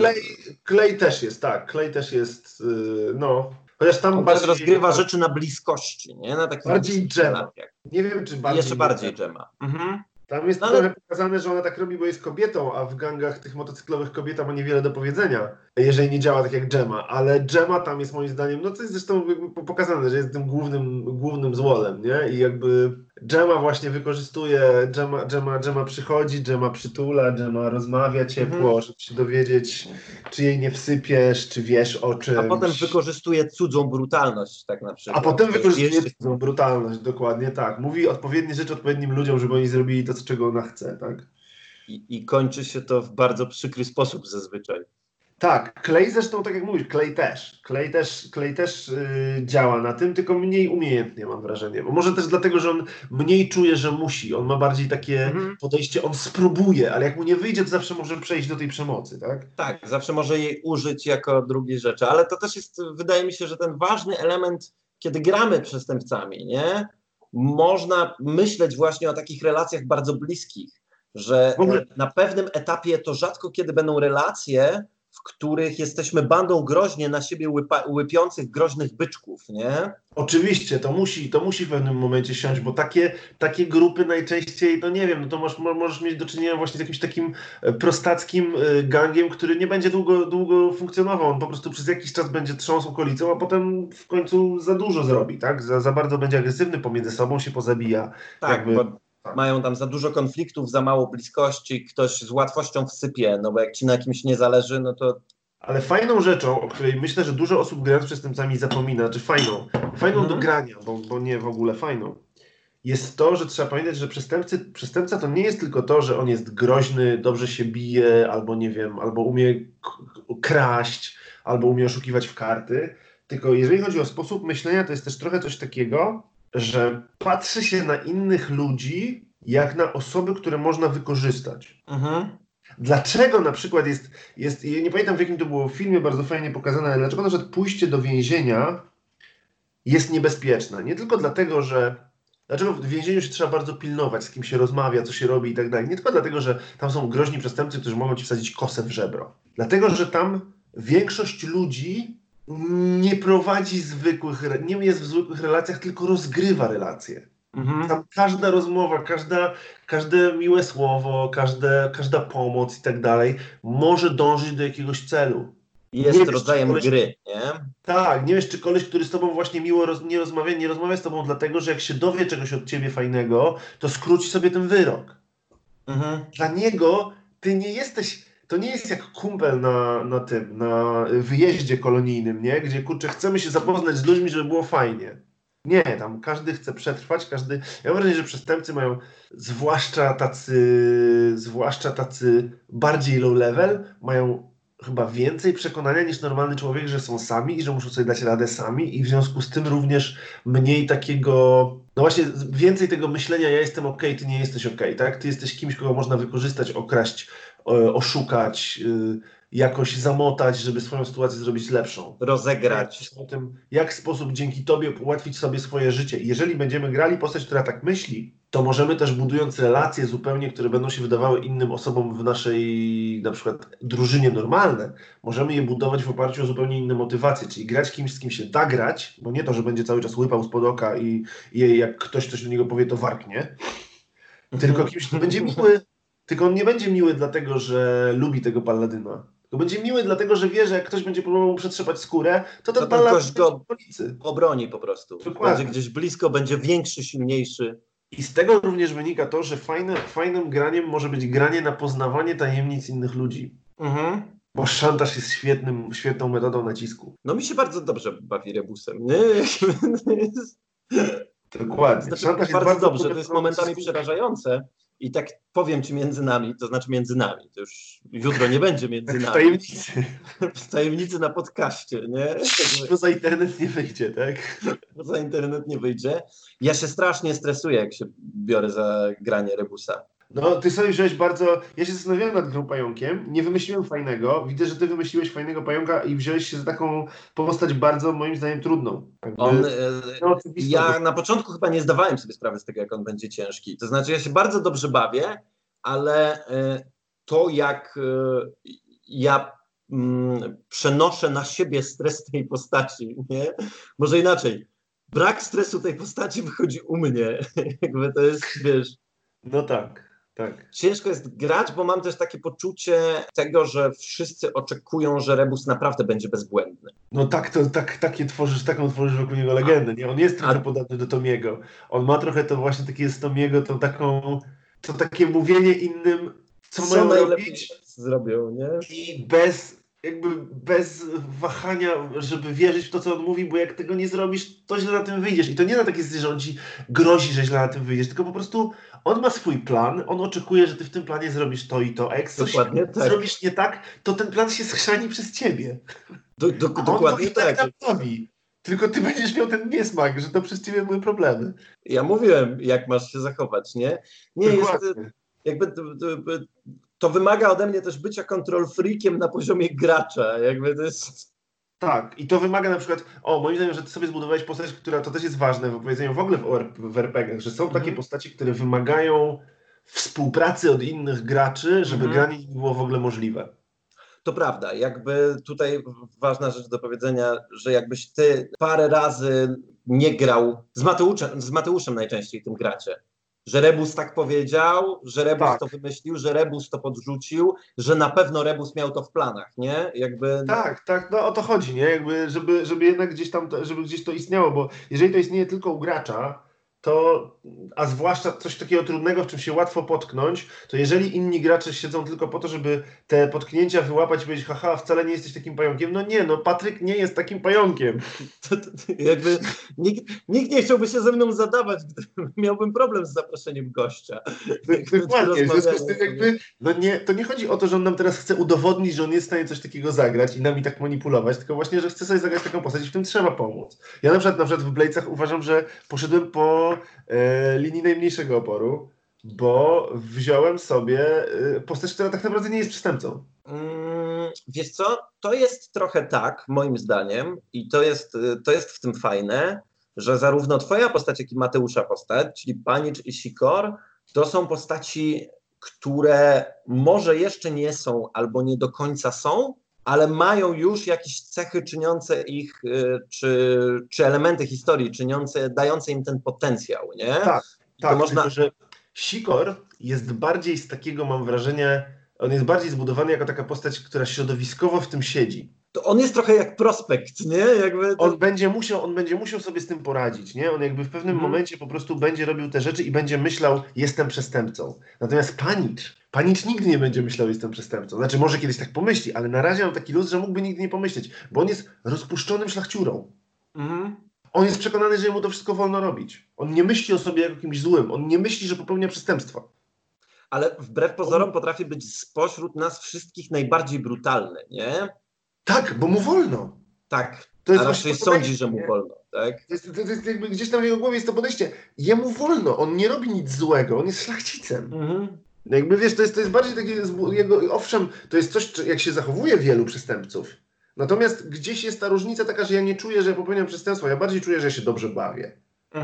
Clay też jest, tak. Clay też jest, no... Chociaż tam on bardziej rozgrywa rzeczy na bliskości, nie? Na takich bardziej Gemma. Nie wiem, czy bardziej... Jeszcze bardziej Gemma. Tam jest trochę pokazane, że ona tak robi, bo jest kobietą, a w gangach tych motocyklowych kobieta ma niewiele do powiedzenia, jeżeli nie działa tak jak Gemma. Ale Gemma tam jest moim zdaniem, no to jest zresztą pokazane, że jest tym głównym złolem, nie? I jakby Gemma właśnie wykorzystuje, Gemma przychodzi, Gemma przytula, Gemma rozmawia ciepło, żeby się dowiedzieć, czy jej nie wsypiesz, czy wiesz o czymś. A potem wykorzystuje cudzą brutalność, tak na przykład. A potem wykorzystuje cudzą brutalność, dokładnie tak. Mówi odpowiednie rzeczy odpowiednim ludziom, żeby oni zrobili to, czego ona chce, tak? I kończy się to w bardzo przykry sposób zazwyczaj. Tak, Clay zresztą, tak jak mówisz, Clay też działa na tym, tylko mniej umiejętnie, mam wrażenie. Bo może też dlatego, że on mniej czuje, że musi. On ma bardziej takie podejście, on spróbuje, ale jak mu nie wyjdzie, to zawsze może przejść do tej przemocy, tak? Tak, zawsze może jej użyć jako drugiej rzeczy, ale to też jest, wydaje mi się, że ten ważny element, kiedy gramy przestępcami, nie? Można myśleć właśnie o takich relacjach bardzo bliskich, że na pewnym etapie to rzadko kiedy będą relacje, w których jesteśmy bandą groźnie na siebie łypiących groźnych byczków, nie? Oczywiście, to musi w pewnym momencie siąść, bo takie grupy najczęściej, no nie wiem, no to możesz mieć do czynienia właśnie z jakimś takim prostackim gangiem, który nie będzie długo funkcjonował. On po prostu przez jakiś czas będzie trząsł okolicą, a potem w końcu za dużo zrobi, tak? Za bardzo będzie agresywny pomiędzy sobą, się pozabija. Tak, mają tam za dużo konfliktów, za mało bliskości, ktoś z łatwością wsypie, no bo jak ci na kimś nie zależy, no to... Ale fajną rzeczą, o której myślę, że dużo osób grając z przestępcami zapomina, czy fajną do grania, bo nie w ogóle fajną, jest to, że trzeba pamiętać, że przestępca to nie jest tylko to, że on jest groźny, dobrze się bije, albo nie wiem, albo umie kraść, albo umie oszukiwać w karty, tylko jeżeli chodzi o sposób myślenia, to jest też trochę coś takiego, że patrzy się na innych ludzi jak na osoby, które można wykorzystać. Dlaczego na przykład jest, nie pamiętam w jakim to było filmie bardzo fajnie pokazane, ale dlaczego na przykład pójście do więzienia jest niebezpieczne? Nie tylko dlatego, że dlaczego w więzieniu się trzeba bardzo pilnować, z kim się rozmawia, co się robi i tak dalej. Nie tylko dlatego, że tam są groźni przestępcy, którzy mogą ci wsadzić kosę w żebro. Dlatego, że tam większość ludzi nie prowadzi nie jest w zwykłych relacjach, tylko rozgrywa relacje. Tam każda rozmowa, każde miłe słowo, każda pomoc i tak dalej może dążyć do jakiegoś celu. Jest rodzajem gry, nie? Tak, nie wiesz, czy koleś, który z tobą właśnie miło nie rozmawia z tobą dlatego, że jak się dowie czegoś od ciebie fajnego, to skróci sobie ten wyrok. Dla niego ty nie jesteś... To nie jest jak kumpel na wyjeździe kolonijnym, nie? Gdzie, kurczę, chcemy się zapoznać z ludźmi, żeby było fajnie. Nie, tam każdy chce przetrwać, Ja mam wrażenie, że przestępcy mają, zwłaszcza tacy bardziej low level, mają chyba więcej przekonania niż normalny człowiek, że są sami i że muszą sobie dać radę sami i w związku z tym również mniej takiego, no właśnie więcej tego myślenia, ja jestem okej, ty nie jesteś okej, tak? Ty jesteś kimś, kogo można wykorzystać, okraść, oszukać, jakoś zamotać, żeby swoją sytuację zrobić lepszą. Rozegrać. O tym, jak w sposób dzięki tobie ułatwić sobie swoje życie. I jeżeli będziemy grali postać, która tak myśli, to możemy też budując relacje zupełnie, które będą się wydawały innym osobom w naszej na przykład drużynie normalne, możemy je budować w oparciu o zupełnie inne motywacje, czyli grać kimś, z kim się da grać, bo nie to, że będzie cały czas łypał spod oka i jak ktoś coś do niego powie, to warknie, tylko kimś, kto będzie miły, tylko on nie będzie miły dlatego, że lubi tego paladyna. To będzie miły dlatego, że wie, że jak ktoś będzie próbował mu przetrzepać skórę, to ten paladyn go obroni po prostu. Dokładnie. Będzie gdzieś blisko, będzie większy, silniejszy. I z tego również wynika to, że fajnym graniem może być granie na poznawanie tajemnic innych ludzi. Bo szantaż jest świetną metodą nacisku. No mi się bardzo dobrze bawi rebusem. Dokładnie. Znaczy, szantaż jest bardzo dobrze, to jest momentami przerażające. I tak powiem ci między nami, to znaczy między nami, to już jutro nie będzie między nami. W tajemnicy. W tajemnicy na podcaście, nie? Poza internet nie wyjdzie, tak? Poza internet nie wyjdzie. Ja się strasznie stresuję, jak się biorę za granie rebusa. No, ty sobie wziąłeś bardzo... Ja się zastanawiałem nad grą pająkiem, nie wymyśliłem fajnego. Widzę, że ty wymyśliłeś fajnego pająka i wziąłeś się za taką postać bardzo, moim zdaniem, trudną. Ja na początku chyba nie zdawałem sobie sprawy z tego, jak on będzie ciężki. To znaczy, ja się bardzo dobrze bawię, ale to, jak ja przenoszę na siebie stres tej postaci, nie? Może inaczej. Brak stresu tej postaci wychodzi u mnie. Jakby to jest, wiesz... No tak. Tak. Ciężko jest grać, bo mam też takie poczucie tego, że wszyscy oczekują, że rebus naprawdę będzie bezbłędny. No tak, taką tworzysz wokół niego legendę, nie? On jest trochę podobny do Tomiego. On ma trochę to właśnie takie z Tomiego, to takie mówienie innym, co mają robić. Zrobią, nie? I bez wahania, żeby wierzyć w to, co on mówi, bo jak tego nie zrobisz, to źle na tym wyjdziesz. I to nie na takie jest, że on ci grozi, że źle na tym wyjdziesz, tylko po prostu on ma swój plan, on oczekuje, że ty w tym planie zrobisz to i to, a jak coś zrobisz nie tak, to ten plan się schrzani przez ciebie. Dokładnie tak. Robi. Tylko ty będziesz miał ten niesmak, że to przez ciebie były problemy. Ja mówiłem, jak masz się zachować, nie? Nie, jest jakby... To wymaga ode mnie też bycia control freakiem na poziomie gracza. Jakby to jest... Tak, i to wymaga na przykład, moim zdaniem, że ty sobie zbudowałeś postać, która to też jest ważne w opowiedzeniu w ogóle w RPG-ach, że są takie postacie, które wymagają współpracy od innych graczy, żeby granie nie było w ogóle możliwe. To prawda, jakby tutaj ważna rzecz do powiedzenia, że jakbyś ty parę razy nie grał, z Mateuszem najczęściej tym gracie, że Rebus tak powiedział, że Rebus to wymyślił, że Rebus to podrzucił, że na pewno Rebus miał to w planach, nie? Jakby... Tak, no o to chodzi, nie? Jakby, żeby jednak gdzieś tam, żeby gdzieś to istniało, bo jeżeli to istnieje tylko u gracza, a zwłaszcza coś takiego trudnego, w czym się łatwo potknąć, to jeżeli inni gracze siedzą tylko po to, żeby te potknięcia wyłapać i powiedzieć, haha, wcale nie jesteś takim pająkiem. No nie, no Patryk nie jest takim pająkiem. Jakby nikt nie chciałby się ze mną zadawać, gdy miałbym problem z zaproszeniem gościa. Dokładnie, w związku z tym jakby, no nie, to nie chodzi o to, że on nam teraz chce udowodnić, że on jest w stanie coś takiego zagrać i nami tak manipulować, tylko właśnie, że chce sobie zagrać taką postać i w tym trzeba pomóc. Ja na przykład w Bladesach uważam, że poszedłem po linii najmniejszego oporu, bo wziąłem sobie postać, która tak naprawdę nie jest przestępcą. Wiesz co, to jest trochę tak, moim zdaniem, i to jest w tym fajne, że zarówno twoja postać, jak i Mateusza postać, czyli Panicz i Sikor, to są postaci, które może jeszcze nie są albo nie do końca są, ale mają już jakieś cechy czyniące ich, czy elementy historii dające im ten potencjał, nie? Tak, tylko że Sikor jest bardziej z takiego, mam wrażenie, on jest bardziej zbudowany jako taka postać, która środowiskowo w tym siedzi. To on jest trochę jak prospekt, nie? Jakby to... on będzie musiał sobie z tym poradzić, nie? On jakby w pewnym momencie po prostu będzie robił te rzeczy i będzie myślał, jestem przestępcą. Natomiast Panicz nigdy nie będzie myślał, jestem przestępcą. Znaczy może kiedyś tak pomyśli, ale na razie mam taki luz, że mógłby nigdy nie pomyśleć, bo on jest rozpuszczonym szlachciurą. On jest przekonany, że mu to wszystko wolno robić. On nie myśli o sobie jako kimś złym. On nie myśli, że popełnia przestępstwa. Ale wbrew pozorom potrafi być spośród nas wszystkich najbardziej brutalny, nie? Tak, bo mu wolno. Tak, to jest a raczej sądzi, że mu wolno, tak? To jest jakby gdzieś tam w jego głowie jest to podejście. Jemu wolno, on nie robi nic złego, on jest szlachcicem. Jakby wiesz, to jest bardziej takie, owszem, to jest coś, jak się zachowuje wielu przestępców. Natomiast gdzieś jest ta różnica taka, że ja nie czuję, że popełniam przestępstwo, ja bardziej czuję, że ja się dobrze bawię.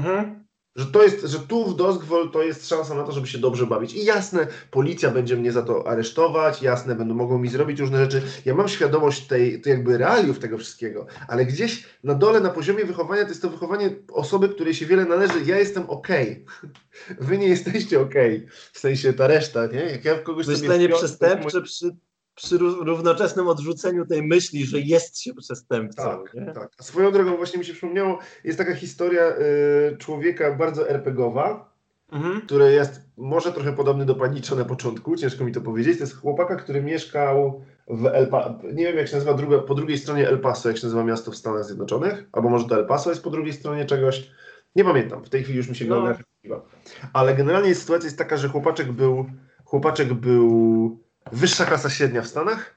Że tu w Doskvol to jest szansa na to, żeby się dobrze bawić. I jasne, policja będzie mnie za to aresztować, jasne, mogą mi zrobić różne rzeczy. Ja mam świadomość tej jakby realiów tego wszystkiego, ale gdzieś na dole, na poziomie wychowania, to jest to wychowanie osoby, której się wiele należy. Ja jestem okej. Wy nie jesteście okej. W sensie ta reszta, nie? Jak ja w kogoś myślenie przestępcze przy równoczesnym odrzuceniu tej myśli, że jest się przestępcą. Tak, nie? tak. A swoją drogą właśnie mi się przypomniało, jest taka historia człowieka bardzo RPGowa, który jest może trochę podobny do Panicza na początku, ciężko mi to powiedzieć. To jest chłopaka, który mieszkał w El Paso, nie wiem jak się nazywa, po drugiej stronie El Paso, jak się nazywa miasto w Stanach Zjednoczonych, albo może to El Paso jest po drugiej stronie czegoś. Nie pamiętam, w tej chwili już mi się geografia wybiła. Ale generalnie sytuacja jest taka, że chłopaczek był wyższa klasa średnia w Stanach,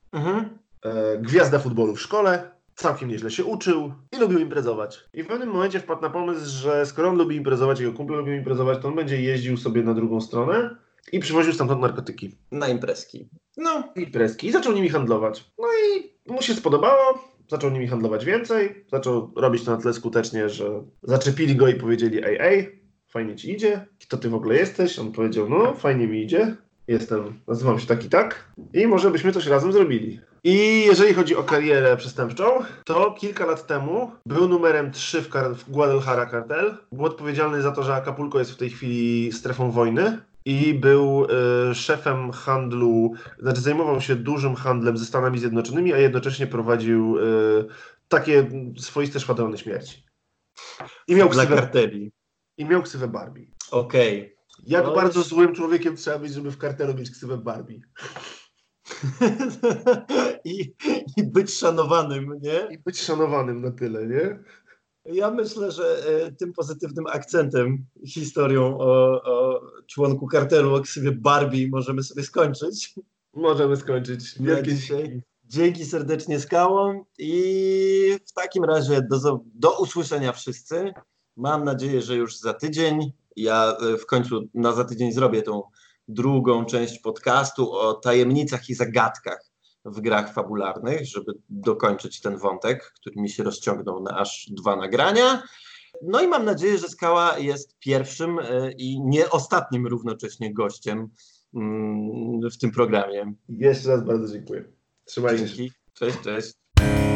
gwiazda futbolu w szkole, całkiem nieźle się uczył i lubił imprezować. I w pewnym momencie wpadł na pomysł, że skoro on lubi imprezować, jego kumple lubią imprezować, to on będzie jeździł sobie na drugą stronę i przywoził stamtąd narkotyki. Na imprezki. Imprezki. I zaczął nimi handlować. No i mu się spodobało, zaczął nimi handlować więcej, zaczął robić to na tyle skutecznie, że zaczepili go i powiedzieli, ej, fajnie ci idzie, kto ty w ogóle jesteś? On powiedział, no fajnie mi idzie. Nazywam się tak i tak i może byśmy coś razem zrobili. I jeżeli chodzi o karierę przestępczą, to kilka lat temu był numerem 3 w Guadalajara Cartel. Był odpowiedzialny za to, że Acapulco jest w tej chwili strefą wojny i był szefem handlu, znaczy zajmował się dużym handlem ze Stanami Zjednoczonymi, a jednocześnie prowadził takie swoiste szwadrony śmierci. Dla karteli. I miał ksywę Barbie. Okej. Jak bardzo złym człowiekiem trzeba być, żeby w kartelu mieć ksywę Barbie. I być szanowanym, nie? I być szanowanym na tyle, nie? Ja myślę, że tym pozytywnym akcentem, historią o członku kartelu, o ksywie Barbie możemy sobie skończyć. Możemy skończyć. Wielkie dzisiaj. Dzięki serdecznie Skałom i w takim razie do usłyszenia wszyscy. Mam nadzieję, że już za tydzień. Ja w końcu za tydzień zrobię tą drugą część podcastu o tajemnicach i zagadkach w grach fabularnych, żeby dokończyć ten wątek, który mi się rozciągnął na aż 2 nagrania. No i mam nadzieję, że Skała jest pierwszym i nie ostatnim równocześnie gościem w tym programie. Jeszcze raz bardzo dziękuję. Trzymajcie się. Cześć.